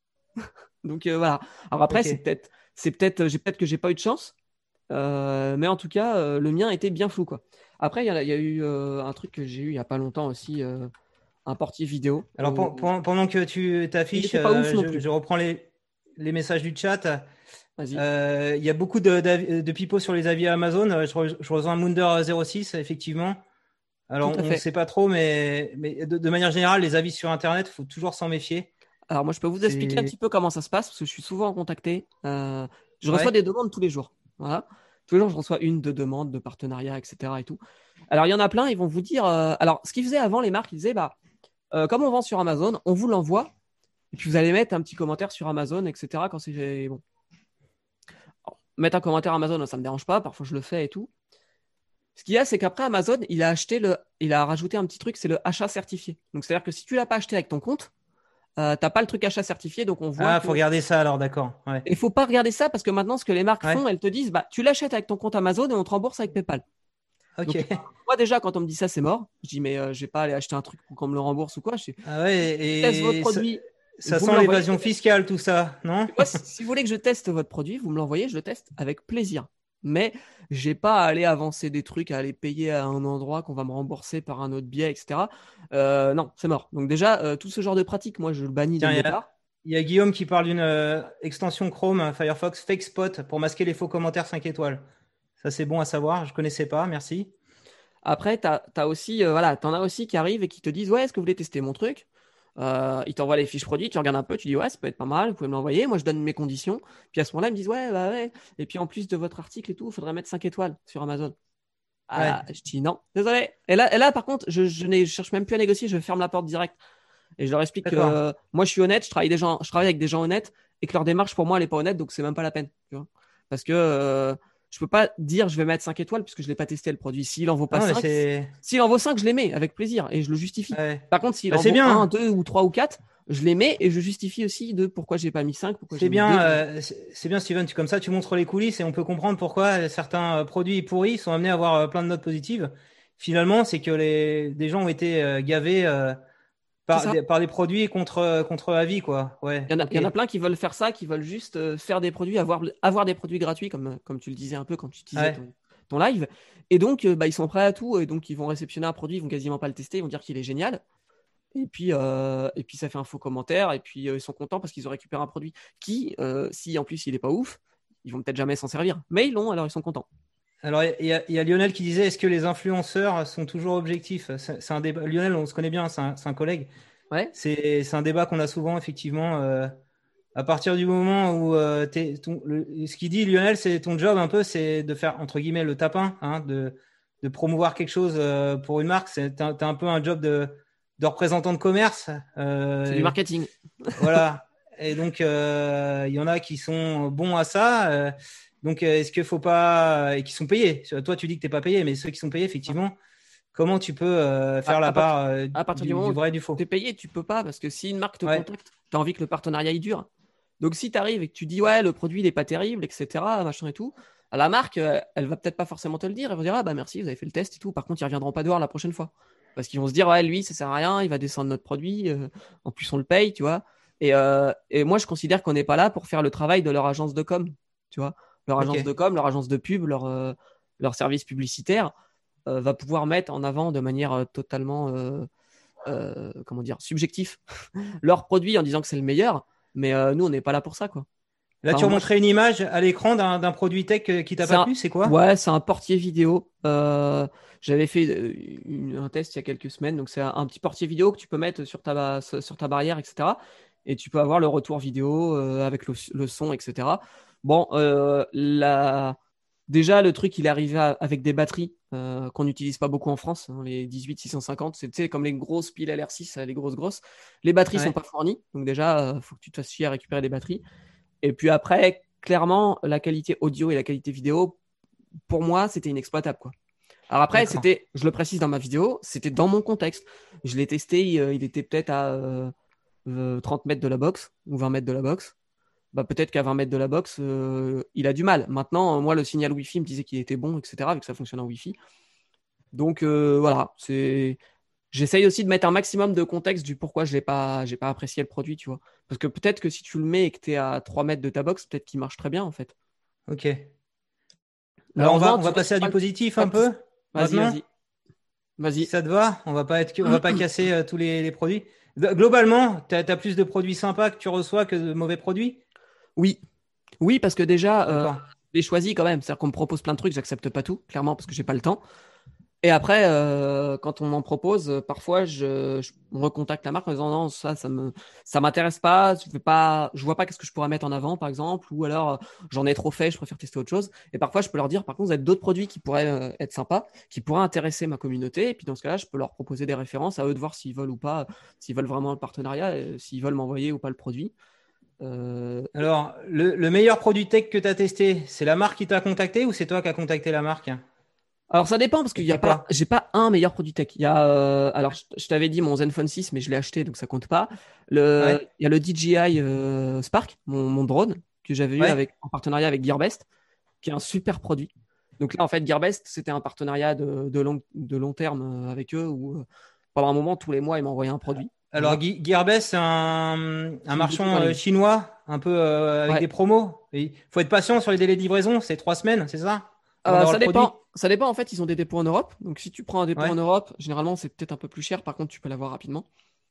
Donc euh, voilà. Alors après, c'est Ok. peut-être, c'est peut-être, j'ai peut-être que j'ai pas eu de chance. Euh, mais en tout cas, euh, le mien était bien flou, quoi. Après, il y, a il y a eu euh, un truc que j'ai eu il y a pas longtemps aussi, euh, un portier vidéo. Alors, pen- Où... pen- pendant que tu Il t'affiches, était pas ouf euh, non je, plus. je reprends les, les messages du chat. Vas-y. Euh, Il y a beaucoup de, d'avi- de pipeaux sur les avis Amazon. Euh, Je, re- je rejoins Mounder zéro six, effectivement. Tout Alors, à on ne fait. sait pas trop, mais, mais de, de manière générale, les avis sur Internet, il faut toujours s'en méfier. Alors moi, je peux vous expliquer un C'est... petit peu comment ça se passe parce que je suis souvent contacté. Euh, je reçois Ouais, des demandes tous les jours. Voilà. Tous les jours, je reçois une, deux demandes de partenariat, et cetera. Et tout. Alors, il y en a plein, ils vont vous dire. euh, Alors, ce qu'ils faisaient avant, les marques, ils disaient, bah, euh, comme on vend sur Amazon, on vous l'envoie. Et puis, vous allez mettre un petit commentaire sur Amazon, et cetera. Quand c'est bon. Alors, mettre un commentaire Amazon, ça me dérange pas. Parfois, je le fais et tout. Ce qu'il y a, c'est qu'après Amazon, il a acheté le, il a rajouté un petit truc, c'est le achat certifié. Donc, c'est-à-dire que si tu l'as pas acheté avec ton compte, euh, t'as pas le truc achat certifié, donc on voit ah, que. faut regarder ça alors, d'accord. Ouais, Il faut pas regarder ça parce que maintenant, ce que les marques ouais, font, elles te disent, bah, tu l'achètes avec ton compte Amazon et on te rembourse avec PayPal. ok. Donc, moi déjà, quand on me dit ça, c'est mort. Je dis, mais euh, je vais pas aller acheter un truc pour qu'on me le rembourse ou quoi. Je, dis, Ah ouais, je teste votre et ça, produit, ça vous me sent l'envoyez. l'évasion fiscale, tout ça, non? Moi, si, si vous voulez que je teste votre produit, vous me l'envoyez, je le teste avec plaisir. Mais j'ai pas à aller avancer des trucs, à aller payer à un endroit qu'on va me rembourser par un autre biais, et cetera. Euh, non, c'est mort. Donc déjà, euh, tout ce genre de pratique, moi, je le bannis dès Tiens, le il y a, départ. il y a Guillaume qui parle d'une euh, extension Chrome euh, Firefox Fake Spot pour masquer les faux commentaires cinq étoiles. Ça, c'est bon à savoir. Je connaissais pas, merci. Après, tu as, aussi, euh, voilà, t'en as aussi qui arrivent et qui te disent, ouais, est-ce que vous voulez tester mon truc? Euh, ils t'envoient les fiches produits, tu regardes un peu, tu dis, ouais, ça peut être pas mal, vous pouvez me l'envoyer. Moi, je donne mes conditions. Puis à ce moment-là, ils me disent, ouais, bah ouais. Et puis en plus de votre article et tout, il faudrait mettre cinq étoiles sur Amazon. Ouais, Ah, je dis non, désolé. Et là, et là par contre, je, je, n'ai- je cherche même plus à négocier, je ferme la porte direct. Et je leur explique que d'accord. euh, moi, je suis honnête, je travaille, des gens, je travaille avec des gens honnêtes et que leur démarche, pour moi, elle n'est pas honnête, donc c'est même pas la peine. Tu vois. Parce que euh, je peux pas dire je vais mettre cinq étoiles puisque je l'ai pas testé le produit. S'il en vaut pas Non, mais cinq, c'est. s'il en vaut cinq, je les mets avec plaisir et je le justifie. Ouais. Par contre, s'il Bah, en c'est vaut un, bien. deux ou trois ou quatre, je les mets et je justifie aussi de pourquoi j'ai pas mis cinq, pourquoi C'est j'ai mis deux. bien, euh, c'est c'est bien, Steven. Tu, comme ça, tu montres les coulisses et on peut comprendre pourquoi certains euh, produits pourris sont amenés à avoir euh, plein de notes positives. Finalement, c'est que les, des gens ont été euh, gavés euh, C'est par, ça. des, par des produits contre, euh, contre avis, quoi. Il Ouais, y en a, il ok. y en a plein qui veulent faire ça, qui veulent juste euh, faire des produits, avoir, avoir des produits gratuits, comme, comme tu le disais un peu quand tu disais Ouais, ton, ton live. Et donc, euh, bah, ils sont prêts à tout. Et donc, ils vont réceptionner un produit, ils vont quasiment pas le tester, ils vont dire qu'il est génial. Et puis, euh, et puis ça fait un faux commentaire. Et puis, euh, ils sont contents parce qu'ils ont récupéré un produit qui, euh, si en plus il est pas ouf, ils vont peut-être jamais s'en servir. Mais ils l'ont, alors ils sont contents. alors, il y, a il y a Lionel qui disait, est-ce que les influenceurs sont toujours objectifs? C'est c'est un débat. Lionel, on se connaît bien, c'est un, c'est un collègue. Ouais. C'est c'est un débat qu'on a souvent, effectivement. Euh, à partir du moment où euh, t'es- ton- le- ce qu'il dit, Lionel, c'est ton job un peu, c'est de faire, entre guillemets, le tapin, hein, de, de promouvoir quelque chose euh, pour une marque. C'est t'as, t'as un peu un job de, de représentant de commerce. C'est du Euh, marketing. voilà. Et donc, euh, il y en a qui sont bons à ça. Euh, donc, euh, est-ce qu'il faut pas. Et qui sont payés. Toi, tu dis que tu n'es pas payé, mais ceux qui sont payés, effectivement, comment tu peux euh, À, faire la à part- part euh, à partir du du, moment du où vrai et du tu es faux? payé, tu peux pas parce que si une marque te Ouais, contacte, tu as envie que le partenariat il dure. Donc si tu arrives et que tu dis ouais, le produit il est pas terrible, et cetera, machin et tout, à la marque, euh, elle va peut-être pas forcément te le dire. Elle va dire ah bah merci, vous avez fait le test et tout. Par contre, ils reviendront pas te voir la prochaine fois. Parce qu'ils vont se dire ouais, lui, ça sert à rien, il va descendre notre produit, euh, en plus on le paye, tu vois. Et, euh, et moi, je considère qu'on n'est pas là pour faire le travail de leur agence de com, tu vois. Leur agence de ok. com, leur agence de pub, leur, euh, leur service publicitaire euh, va pouvoir mettre en avant de manière euh, totalement euh, euh, comment dire subjectif leur produit en disant que c'est le meilleur. Mais euh, nous, on n'est pas là pour ça, quoi. Là, tu Enfin, moi, remontrais une image à l'écran d'un, d'un produit tech euh, qui t'a c'est pas un... plu, c'est quoi? Ouais, c'est un portier vidéo. Euh, j'avais fait euh, une- un test il y a quelques semaines. Donc, c'est un, un petit portier vidéo que tu peux mettre sur ta, ba- sur ta barrière, et cetera. Et tu peux avoir le retour vidéo euh, avec le, le son, et cetera. Bon, euh, la... déjà, le truc, il est arrivé à- avec des batteries euh, qu'on n'utilise pas beaucoup en France, hein, les dix-huit six cent cinquante. C'est, tu sais, comme les grosses piles L R six, euh, les grosses grosses. Les batteries sont Ouais. pas fournies. Donc, déjà, il faut que tu te fasses chier à récupérer des batteries. Et puis après, clairement, la qualité audio et la qualité vidéo, pour moi, c'était inexploitable, quoi. Alors après, D'accord. c'était, je le précise dans ma vidéo, c'était dans mon contexte. Je l'ai testé, il, il était peut-être à euh, euh, trente mètres de la box ou vingt mètres de la box. Bah, peut-être qu'à vingt mètres de la box, euh, il a du mal. Maintenant, euh, moi, le signal Wi-Fi me disait qu'il était bon, et cetera, vu que ça fonctionne en Wi-Fi. Donc euh, voilà, c'est. J'essaye aussi de mettre un maximum de contexte du pourquoi je n'ai pas, j'ai pas apprécié le produit, tu vois. Parce que peut-être que si tu le mets et que tu es à trois mètres de ta box, peut-être qu'il marche très bien, en fait. Ok. Alors, on va, Malheureusement, on tu va vois, passer à pas, du positif pas un de dis- peu, Vas-y, maintenant. vas-y, Si vas-y. ça te va, on va pas être, on va pas casser euh, tous les, les produits. De- Globalement, tu as plus de produits sympas que tu reçois que de mauvais produits? Oui, oui, parce que déjà, euh, D'accord. je l'ai choisi quand même. C'est-à-dire qu'on me propose plein de trucs, j'accepte pas tout, clairement, parce que j'ai pas le temps. Et après, euh, quand on m'en propose, euh, parfois, je, je on recontacte la marque en disant non, ça, ça me, ça m'intéresse pas. Je veux pas, je vois pas qu'est-ce que je pourrais mettre en avant, par exemple, ou alors euh, j'en ai trop fait, je préfère tester autre chose. Et parfois, je peux leur dire, par contre, vous avez d'autres produits qui pourraient euh, être sympas, qui pourraient intéresser ma communauté. Et puis dans ce cas-là, je peux leur proposer des références, à eux de voir s'ils veulent ou pas, s'ils veulent vraiment le partenariat, et s'ils veulent m'envoyer ou pas le produit. Euh, Alors, le, le meilleur produit tech que tu as testé, c'est la marque qui t'a contacté ou c'est toi qui as contacté la marque? Alors ça dépend parce qu'il y a C'était pas, quoi? j'ai pas un meilleur produit tech. Il y a, euh, alors je, je t'avais dit mon Zenfone six, mais je l'ai acheté donc ça compte pas. Le, Ouais, il y a le D J I euh, Spark, mon, mon drone que j'avais eu ouais. avec en partenariat avec Gearbest, qui est un super produit. Donc là en fait Gearbest c'était un partenariat de, de long de long terme euh, avec eux où euh, pendant un moment tous les mois ils m'envoyaient un produit. Alors, Voilà, Gui- Gearbest, c'est un, un c'est une boutique marchand en euh, ligne. chinois, un peu euh, avec Ouais. des promos. Il faut être patient sur les délais de livraison, c'est trois semaines, c'est ça? Avant Euh, d'avoir ça le produit? dépend. Ça dépend en fait. Ils ont des dépôts en Europe. Donc si tu prends un dépôt en Ouais. Europe, généralement c'est peut-être un peu plus cher. Par contre tu peux l'avoir rapidement.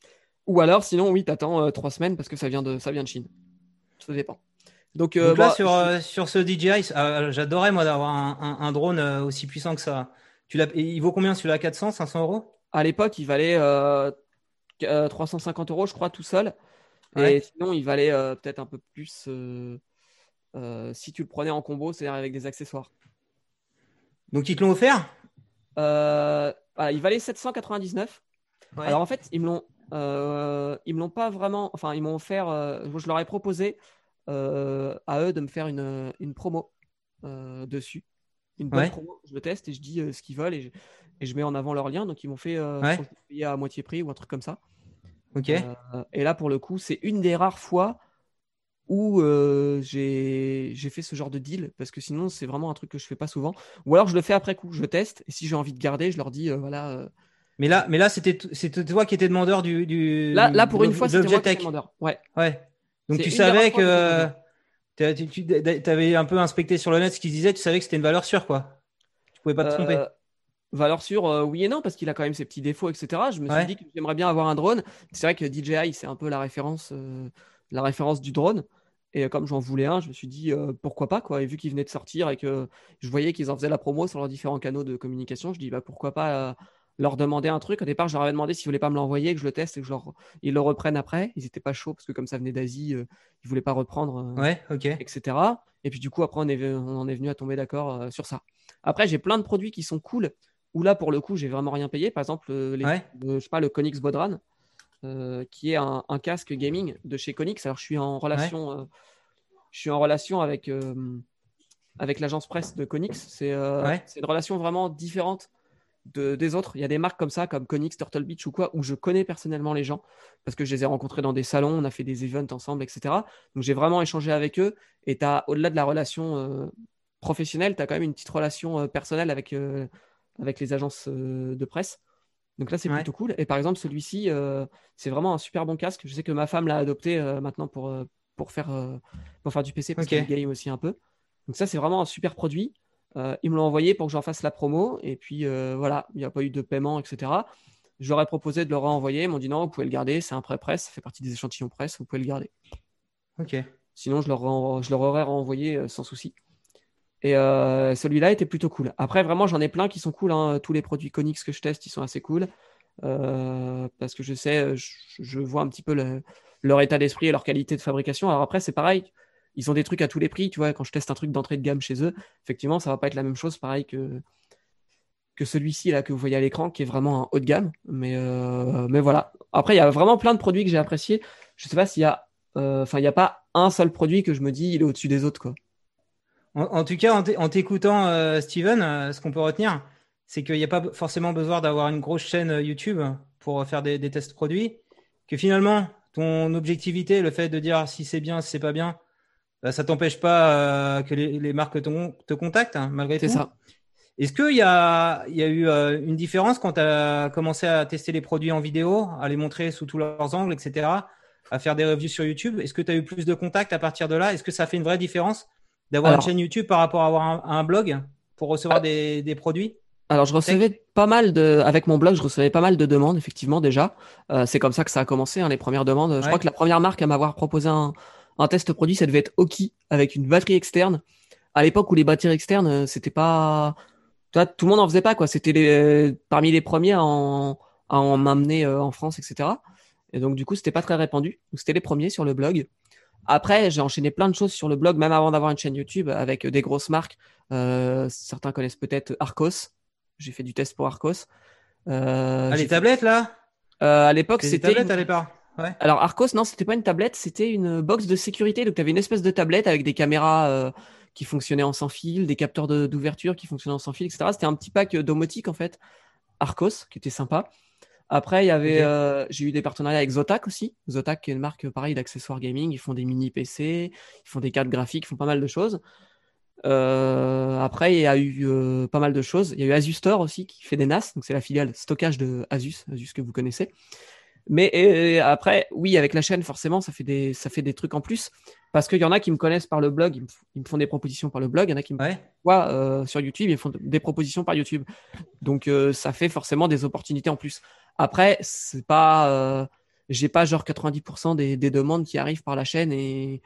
Ou alors, sinon, oui, t'attends euh, trois semaines parce que ça vient de, ça vient de Chine. Ça dépend. Donc, euh, Donc là, bah, sur, je- euh, sur ce D J I, euh, j'adorais moi d'avoir un, un- un drone euh, aussi puissant que ça. Tu l'as, et il vaut combien celui-là? quatre cents, cinq cents euros? à l'époque, il valait euh, euh, trois cent cinquante euros, je crois, tout seul. Et Ouais. sinon, il valait euh, peut-être un peu plus euh, euh, si tu le prenais en combo, c'est-à-dire avec des accessoires. Donc ils te l'ont offert? Euh, voilà, il valait sept cent quatre-vingt-dix-neuf. Ouais. Alors, en fait, ils me l'ont, euh, ils me l'ont pas vraiment. Enfin, ils m'ont offert. Euh, je leur ai proposé euh, à eux de me faire une, une promo euh, dessus. Une bonne Ouais. promo, je le teste et je dis euh, ce qu'ils veulent et je, et je mets en avant leur lien. Donc ils m'ont fait, euh, je Ouais. crois que je l'ai payé à moitié prix ou un truc comme ça. Ok. Euh, et là, pour le coup, c'est une des rares fois où euh, j'ai j'ai fait ce genre de deal parce que sinon, c'est vraiment un truc que je fais pas souvent. Ou alors, je le fais après coup, je le teste et si j'ai envie de garder, je leur dis euh, voilà. euh, Mais là, mais là, c'était t- c'était toi qui étais demandeur du, Là, là, du, de pour une l'objet fois, de c'était l'objet moi qui étais tech. demandeur. Ouais, Ouais. Donc c'est tu une des rares savais fois où j'étais que demandeur. t'as- tu, tu avais un peu inspecté sur le net ce qu'ils disaient, tu savais que c'était une valeur sûre, quoi. Tu pouvais pas te Euh, tromper. Valeur sûre, euh, oui et non, parce qu'il a quand même ses petits défauts, et cetera. Je me suis Ouais. dit que j'aimerais bien avoir un drone. C'est vrai que D J I, c'est un peu la référence, euh, la référence du drone. Et euh, comme j'en voulais un, je me suis dit euh, pourquoi pas, quoi. Et vu qu'ils venaient de sortir et que je voyais qu'ils en faisaient la promo sur leurs différents canaux de communication, je dis bah, pourquoi pas euh, leur demander un truc. Au départ, je leur avais demandé s'ils voulaient pas me l'envoyer, que je le teste et que je leur... ils le reprennent après. Ils étaient pas chauds parce que comme ça venait d'Asie, euh, ils voulaient pas reprendre, euh, Ouais. Ok. et cetera. Et puis du coup, après, on, est, on en est venu à tomber d'accord euh, sur ça. Après, j'ai plein de produits qui sont cool où là, pour le coup, j'ai vraiment rien payé. Par exemple, euh, les, Ouais. le- je sais pas, le Konix Bodran, euh, qui est un, un casque gaming de chez Konix. Alors, je suis en Ouais. relation, euh, je suis en relation avec, euh, avec l'agence presse de Konix. C'est euh, Ouais. c'est une relation vraiment différente de, des autres. Il y a des marques comme ça, comme Konix, Turtle Beach ou quoi, où je connais personnellement les gens parce que je les ai rencontrés dans des salons, on a fait des events ensemble, et cetera. Donc, j'ai vraiment échangé avec eux. Et tu as, au-delà de la relation euh, professionnelle, tu as quand même une petite relation euh, personnelle avec, euh, avec les agences euh, de presse. Donc là, c'est Ouais. plutôt cool. Et par exemple, celui-ci, euh, c'est vraiment un super bon casque. Je sais que ma femme l'a adopté euh, maintenant pour, euh, pour, faire, euh, pour faire du P C parce Ok. qu'elle game aussi un peu. Donc ça, c'est vraiment un super produit. Euh, ils me l'ont envoyé pour que j'en fasse la promo. Et puis euh, voilà, il n'y a pas eu de paiement, et cetera. Je leur ai proposé de le renvoyer. Ils m'ont dit non, vous pouvez le garder. C'est un prêt presse. Ça fait partie des échantillons presse. Vous pouvez le garder. Ok. Sinon, je leur, ren- je leur aurais renvoyé euh, sans souci. Et euh, celui-là était plutôt cool. Après, vraiment, j'en ai plein qui sont cool, hein. Tous les produits Konix que je teste, ils sont assez cool. Euh, parce que je sais, je, je vois un petit peu le- leur état d'esprit et leur qualité de fabrication. Alors après, c'est pareil. Ils ont des trucs à tous les prix. Tu vois, quand je teste un truc d'entrée de gamme chez eux, effectivement, ça va pas être la même chose, pareil que, que celui-ci là que vous voyez à l'écran, qui est vraiment un haut de gamme. Mais, euh, mais voilà. Après, il y a vraiment plein de produits que j'ai appréciés. Je sais pas s'il y a, euh, enfin, il n'y a pas un seul produit que je me dis il est au-dessus des autres, quoi. En, en tout cas, en t- en t'écoutant, euh, Steven, euh, ce qu'on peut retenir, c'est qu'il n'y a pas b- forcément besoin d'avoir une grosse chaîne euh, YouTube pour faire des, des tests produits. Que finalement, ton objectivité, le fait de dire si c'est bien, si c'est pas bien, bah, ça t'empêche pas euh, que les, les marques te, te contactent, hein, malgré C'est tout. ça. Est-ce qu'il y a, il y a eu euh, une différence quand tu as commencé à tester les produits en vidéo, à les montrer sous tous leurs angles, et cetera, à faire des reviews sur YouTube? Est-ce que tu as eu plus de contacts à partir de là? Est-ce que ça fait une vraie différence d'avoir une Alors, chaîne YouTube par rapport à avoir un, un blog pour recevoir des, des produits Alors, je tech? recevais pas mal de, avec mon blog, je recevais pas mal de demandes, effectivement, déjà. Euh, c'est comme ça que ça a commencé, hein, les premières demandes. Je crois Ouais, que la première marque à m'avoir proposé un, un test produit, ça devait être Oki, avec une batterie externe. À l'époque où les batteries externes, euh, c'était pas, tu vois, tout le monde en faisait pas, quoi. C'était les, euh, parmi les premiers à en, à en m'amener euh, en France, et cetera. Et donc, du coup, c'était pas très répandu. Donc, c'était les premiers sur le blog. Après, j'ai enchaîné plein de choses sur le blog, même avant d'avoir une chaîne YouTube, avec des grosses marques. Euh, certains connaissent peut-être Arcos. J'ai fait du test pour Arcos. Euh, ah, j'ai les fait... tablettes là? euh, à l'époque, C'est des c'était tablettes une... à l'époque? Ouais. Alors Arcos, non, c'était pas une tablette, c'était une box de sécurité. Donc, tu avais une espèce de tablette avec des caméras euh, qui fonctionnaient en sans fil, des capteurs de- d'ouverture qui fonctionnaient en sans fil, et cetera. C'était un petit pack domotique, en fait, Arcos, qui était sympa. Après, il y avait, Ok. euh, j'ai eu des partenariats avec Zotac aussi. Zotac, qui est une marque, pareil, d'accessoires gaming. Ils font des mini P C, ils font des cartes graphiques, ils font pas mal de choses. Euh, après, il y a eu euh, pas mal de choses. Il y a eu Asus Store aussi qui fait des N A S, donc c'est la filiale stockage de Asus, Asus que vous connaissez. Mais et, après, oui, avec la chaîne, forcément, ça fait des, ça fait des trucs en plus. Parce qu'il y en a qui me connaissent par le blog, ils me, f- ils me font des propositions par le blog. Il y en a qui me Ouais. voient euh, sur YouTube, ils me font des propositions par YouTube. Donc euh, ça fait forcément des opportunités en plus. Après, c'est pas, euh, j'ai pas genre quatre-vingt-dix pour cent des, des demandes qui arrivent par la chaîne et,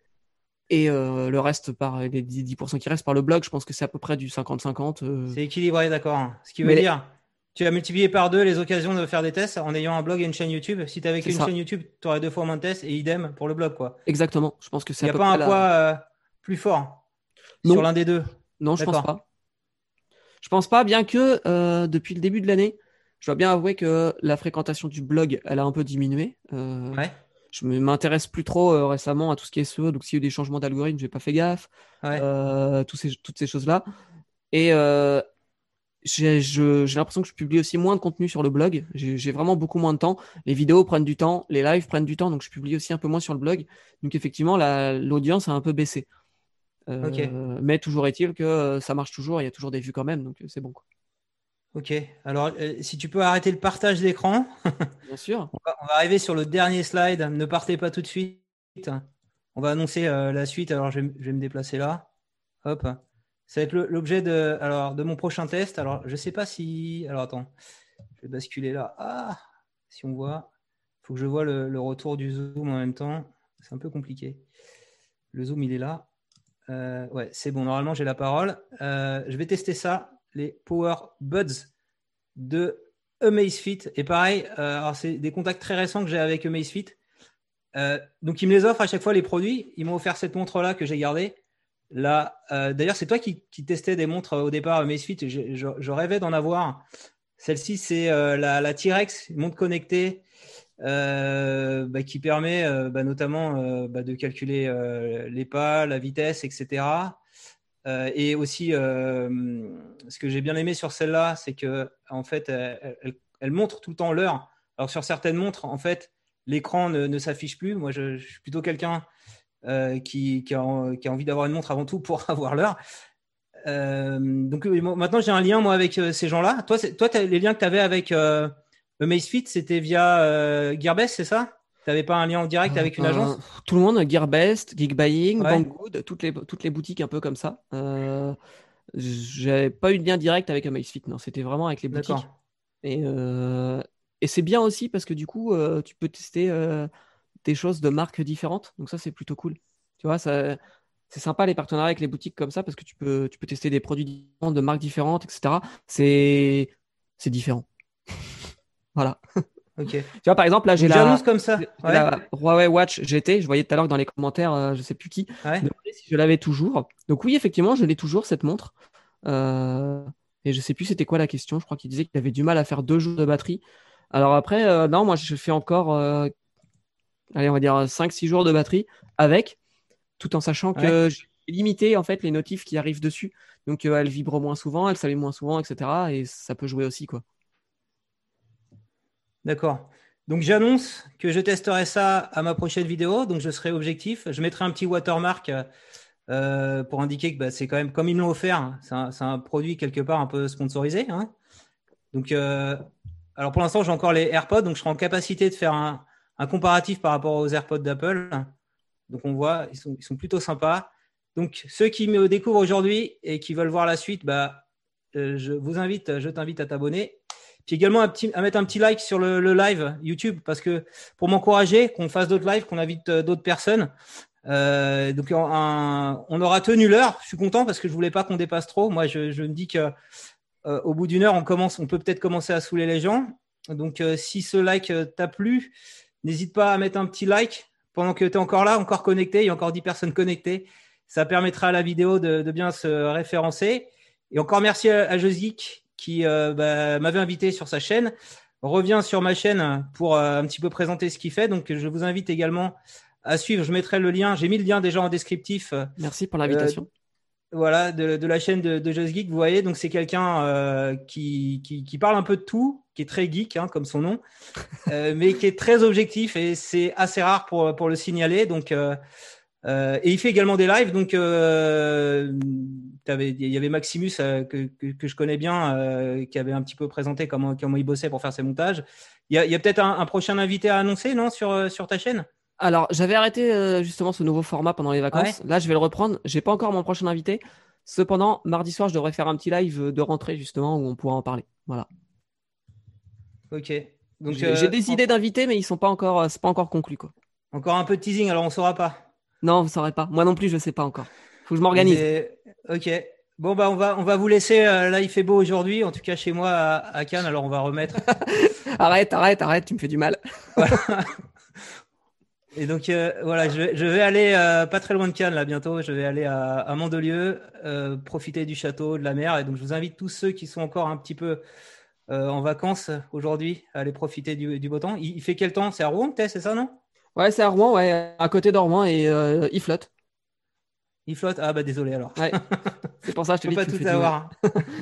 et euh, le reste par les dix pour cent qui restent par le blog. Je pense que c'est à peu près du cinquante cinquante. euh. C'est équilibré, d'accord. Ce qui veut Mais dire, tu as multiplié par deux les occasions de faire des tests en ayant un blog et une chaîne YouTube. Si tu avais c'est qu'une ça, chaîne YouTube, tu aurais deux fois moins de tests et idem pour le blog, quoi. exactement. Je pense que c'est Il à n'y a peu pas près un là. poids euh, plus fort sur Non, l'un des deux. non, je pense D'accord. pas. Je pense pas, bien que euh, depuis le début de l'année, je dois bien avouer que la fréquentation du blog, elle a un peu diminué. Euh, Ouais. je me- m'intéresse plus trop euh, récemment à tout ce qui est S E O, donc s'il y a eu des changements d'algorithme, j'ai pas fait gaffe. Ouais. Euh, tous ces, toutes ces choses-là. Et euh, j'ai je- j'ai l'impression que je publie aussi moins de contenu sur le blog. J'ai j'ai vraiment beaucoup moins de temps. Les vidéos prennent du temps, les lives prennent du temps, donc je publie aussi un peu moins sur le blog. Donc effectivement, la- l'audience a un peu baissé. Ok. Euh, mais toujours est-il que euh, ça marche toujours, il y a toujours des vues quand même, donc euh, c'est bon, quoi. Ok. Alors, euh, si tu peux arrêter le partage d'écran, Bien sûr. on va, on va arriver sur le dernier slide. Ne partez pas tout de suite. On va annoncer euh, la suite. Alors, je vais, m- je vais me déplacer là. Hop. Ça va être le- l'objet de, alors, de mon prochain test. Alors, je ne sais pas si. Alors, attends. Je vais basculer là. Ah, si on voit. Il faut que je vois le, le retour du zoom en même temps. C'est un peu compliqué. Le zoom, il est là. Euh, ouais, c'est bon. Normalement, j'ai la parole. Euh, je vais tester ça. Les Power Buds de Amazfit. Et pareil, euh, alors c'est des contacts très récents que j'ai avec Amazfit. Euh, donc, ils me les offrent à chaque fois, les produits. Ils m'ont offert cette montre-là que j'ai gardée. Là, euh, d'ailleurs, c'est toi qui, qui testais des montres au départ Amazfit. Je, je, je rêvais d'en avoir. Celle-ci, c'est euh, la, la T-Rex, une montre connectée euh, bah, qui permet euh, bah, notamment euh, bah, de calculer euh, les pas, la vitesse, et cetera. Euh, et aussi, euh, ce que j'ai bien aimé sur celle-là, c'est que en fait, elle, elle, elle montre tout le temps l'heure. Alors sur certaines montres, en fait, l'écran ne, ne s'affiche plus. Moi, je, je suis plutôt quelqu'un euh, qui, qui, a, qui a envie d'avoir une montre avant tout pour avoir l'heure. Euh, donc euh, maintenant, j'ai un lien moi avec euh, ces gens-là. Toi, toi les liens que tu avais avec euh, Amazfit, c'était via euh, Gearbest, c'est ça? Tu n'avais pas un lien en direct avec une Euh, agence? tout le monde, Gearbest, Geekbuying, Ouais, Banggood, toutes les, toutes les boutiques un peu comme ça. Euh, j'avais pas eu de lien direct avec Amazfit, non, c'était vraiment avec les d'accord. boutiques. Et, euh, et c'est bien aussi parce que du coup, euh, tu peux tester euh, des choses de marques différentes. Donc ça, c'est plutôt cool. Tu vois, ça, c'est sympa les partenariats avec les boutiques comme ça parce que tu peux, tu peux tester des produits différents, de marques différentes, et cetera. C'est, c'est différent. Voilà. Ok. Tu vois, par exemple, là, j'ai Donc la, j'annonce comme j'ai ça. Ouais. la Huawei Watch G T. Je voyais tout à l'heure que dans les commentaires, euh, je sais plus qui, Ouais. demandait si je l'avais toujours. Donc oui, effectivement, je l'ai toujours, cette montre. Euh, et je sais plus c'était quoi la question. Je crois qu'il disait qu'il avait du mal à faire deux jours de batterie. Alors après, euh, non, moi, je fais encore, euh, allez, on va dire cinq six jours de batterie avec, tout en sachant Ouais. que j'ai limité, en fait, les notifs qui arrivent dessus. Donc, euh, elle vibre moins souvent, elle s'allume moins souvent, et cetera. Et ça peut jouer aussi, quoi. D'accord. Donc j'annonce que je testerai ça à ma prochaine vidéo. Donc je serai objectif. Je mettrai un petit watermark euh, pour indiquer que bah, c'est quand même comme ils me l'ont offert. Hein, c'est un, c'est un produit quelque part un peu sponsorisé. Hein. Donc euh, alors pour l'instant j'ai encore les AirPods, donc je serai en capacité de faire un, un comparatif par rapport aux AirPods d'Apple. Donc on voit, ils sont, ils sont plutôt sympas. Donc ceux qui me découvrent aujourd'hui et qui veulent voir la suite, bah, euh, je vous invite, je t'invite à t'abonner. Puis également à, petit, à mettre un petit like sur le, le live YouTube parce que pour m'encourager, qu'on fasse d'autres lives, qu'on invite euh, d'autres personnes. Euh, donc un, on aura tenu l'heure. Je suis content parce que je voulais pas qu'on dépasse trop. Moi, je, je me dis que euh, au bout d'une heure, on commence, on peut peut-être commencer à saouler les gens. Donc euh, si ce like euh, t'a plu, n'hésite pas à mettre un petit like pendant que tu es encore là, encore connecté. Il y a encore dix personnes connectées. Ça permettra à la vidéo de, de bien se référencer. Et encore merci à, à Josgeek qui euh, bah, m'avait invité sur sa chaîne. Reviens sur ma chaîne pour euh, un petit peu présenter ce qu'il fait. Donc, je vous invite également à suivre. Je mettrai le lien. J'ai mis le lien déjà en descriptif. Merci pour Euh, l'invitation. voilà, de, de la chaîne de, de Just Geek. Vous voyez, donc c'est quelqu'un euh, qui, qui, qui parle un peu de tout, qui est très geek, hein, comme son nom, euh, mais qui est très objectif et c'est assez rare pour, pour le signaler. Donc, euh, euh, et il fait également des lives. Donc, euh, t'avais- il y avait Maximus euh, que, que, que je connais bien, euh, qui avait un petit peu présenté comment, comment il bossait pour faire ses montages. Il y a, il y a peut-être un, un prochain invité à annoncer, non, sur, euh, sur ta chaîne? Alors, j'avais arrêté euh, justement ce nouveau format pendant les Ouais. vacances. Là, je vais le reprendre. J'ai pas encore mon prochain invité. Cependant, mardi soir, je devrais faire un petit live de rentrée justement où on pourra en parler. Voilà. Ok. Donc, J'ai j'ai euh, des en- idées d'invités, mais ils sont pas encore, euh, c'est pas encore conclu quoi. encore un peu de teasing, alors on saura pas. Non, vous saurez pas. Moi non plus, je sais pas encore. Faut que je Mais m'organise. c'est ok. Bon bah on va on va vous laisser. euh, Là il fait beau aujourd'hui, en tout cas chez moi à, à Cannes. Alors on va remettre. Arrête, arrête, arrête, tu me fais du mal. Voilà. Et donc euh, voilà, je, vais- je vais aller euh, pas très loin de Cannes là bientôt. Je vais aller à, à Mandelieu, euh, profiter du château, de la mer. Et donc je vous invite tous ceux qui sont encore un petit peu euh, en vacances aujourd'hui à aller profiter du, du beau temps. Il, il fait quel temps? C'est à Rouen, peut-être, c'est ça, non? Ouais, c'est à Rouen, ouais, à côté de Rouen et euh, il flotte. Il flotte? Ah bah désolé alors. Ouais, c'est pour ça que je Je te peux dis, pas tu me tout fais du mal. avoir.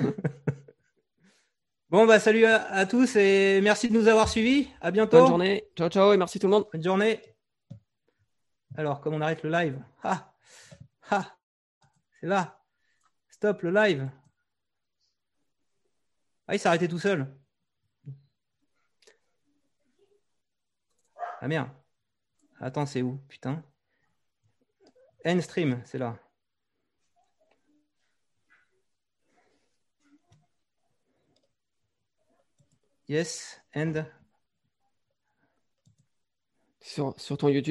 Bon bah salut à, à tous et merci de nous avoir suivis. À Bonne bientôt. journée, ciao, ciao et merci tout le monde. Bonne journée. Alors, comme on arrête le live? Ah, ah, c'est là. Stop le live. Ah, il s'est arrêté tout seul. Ah merde. Attends, c'est où? Putain. End stream, c'est là. Yes, end. Sur, sur ton YouTube.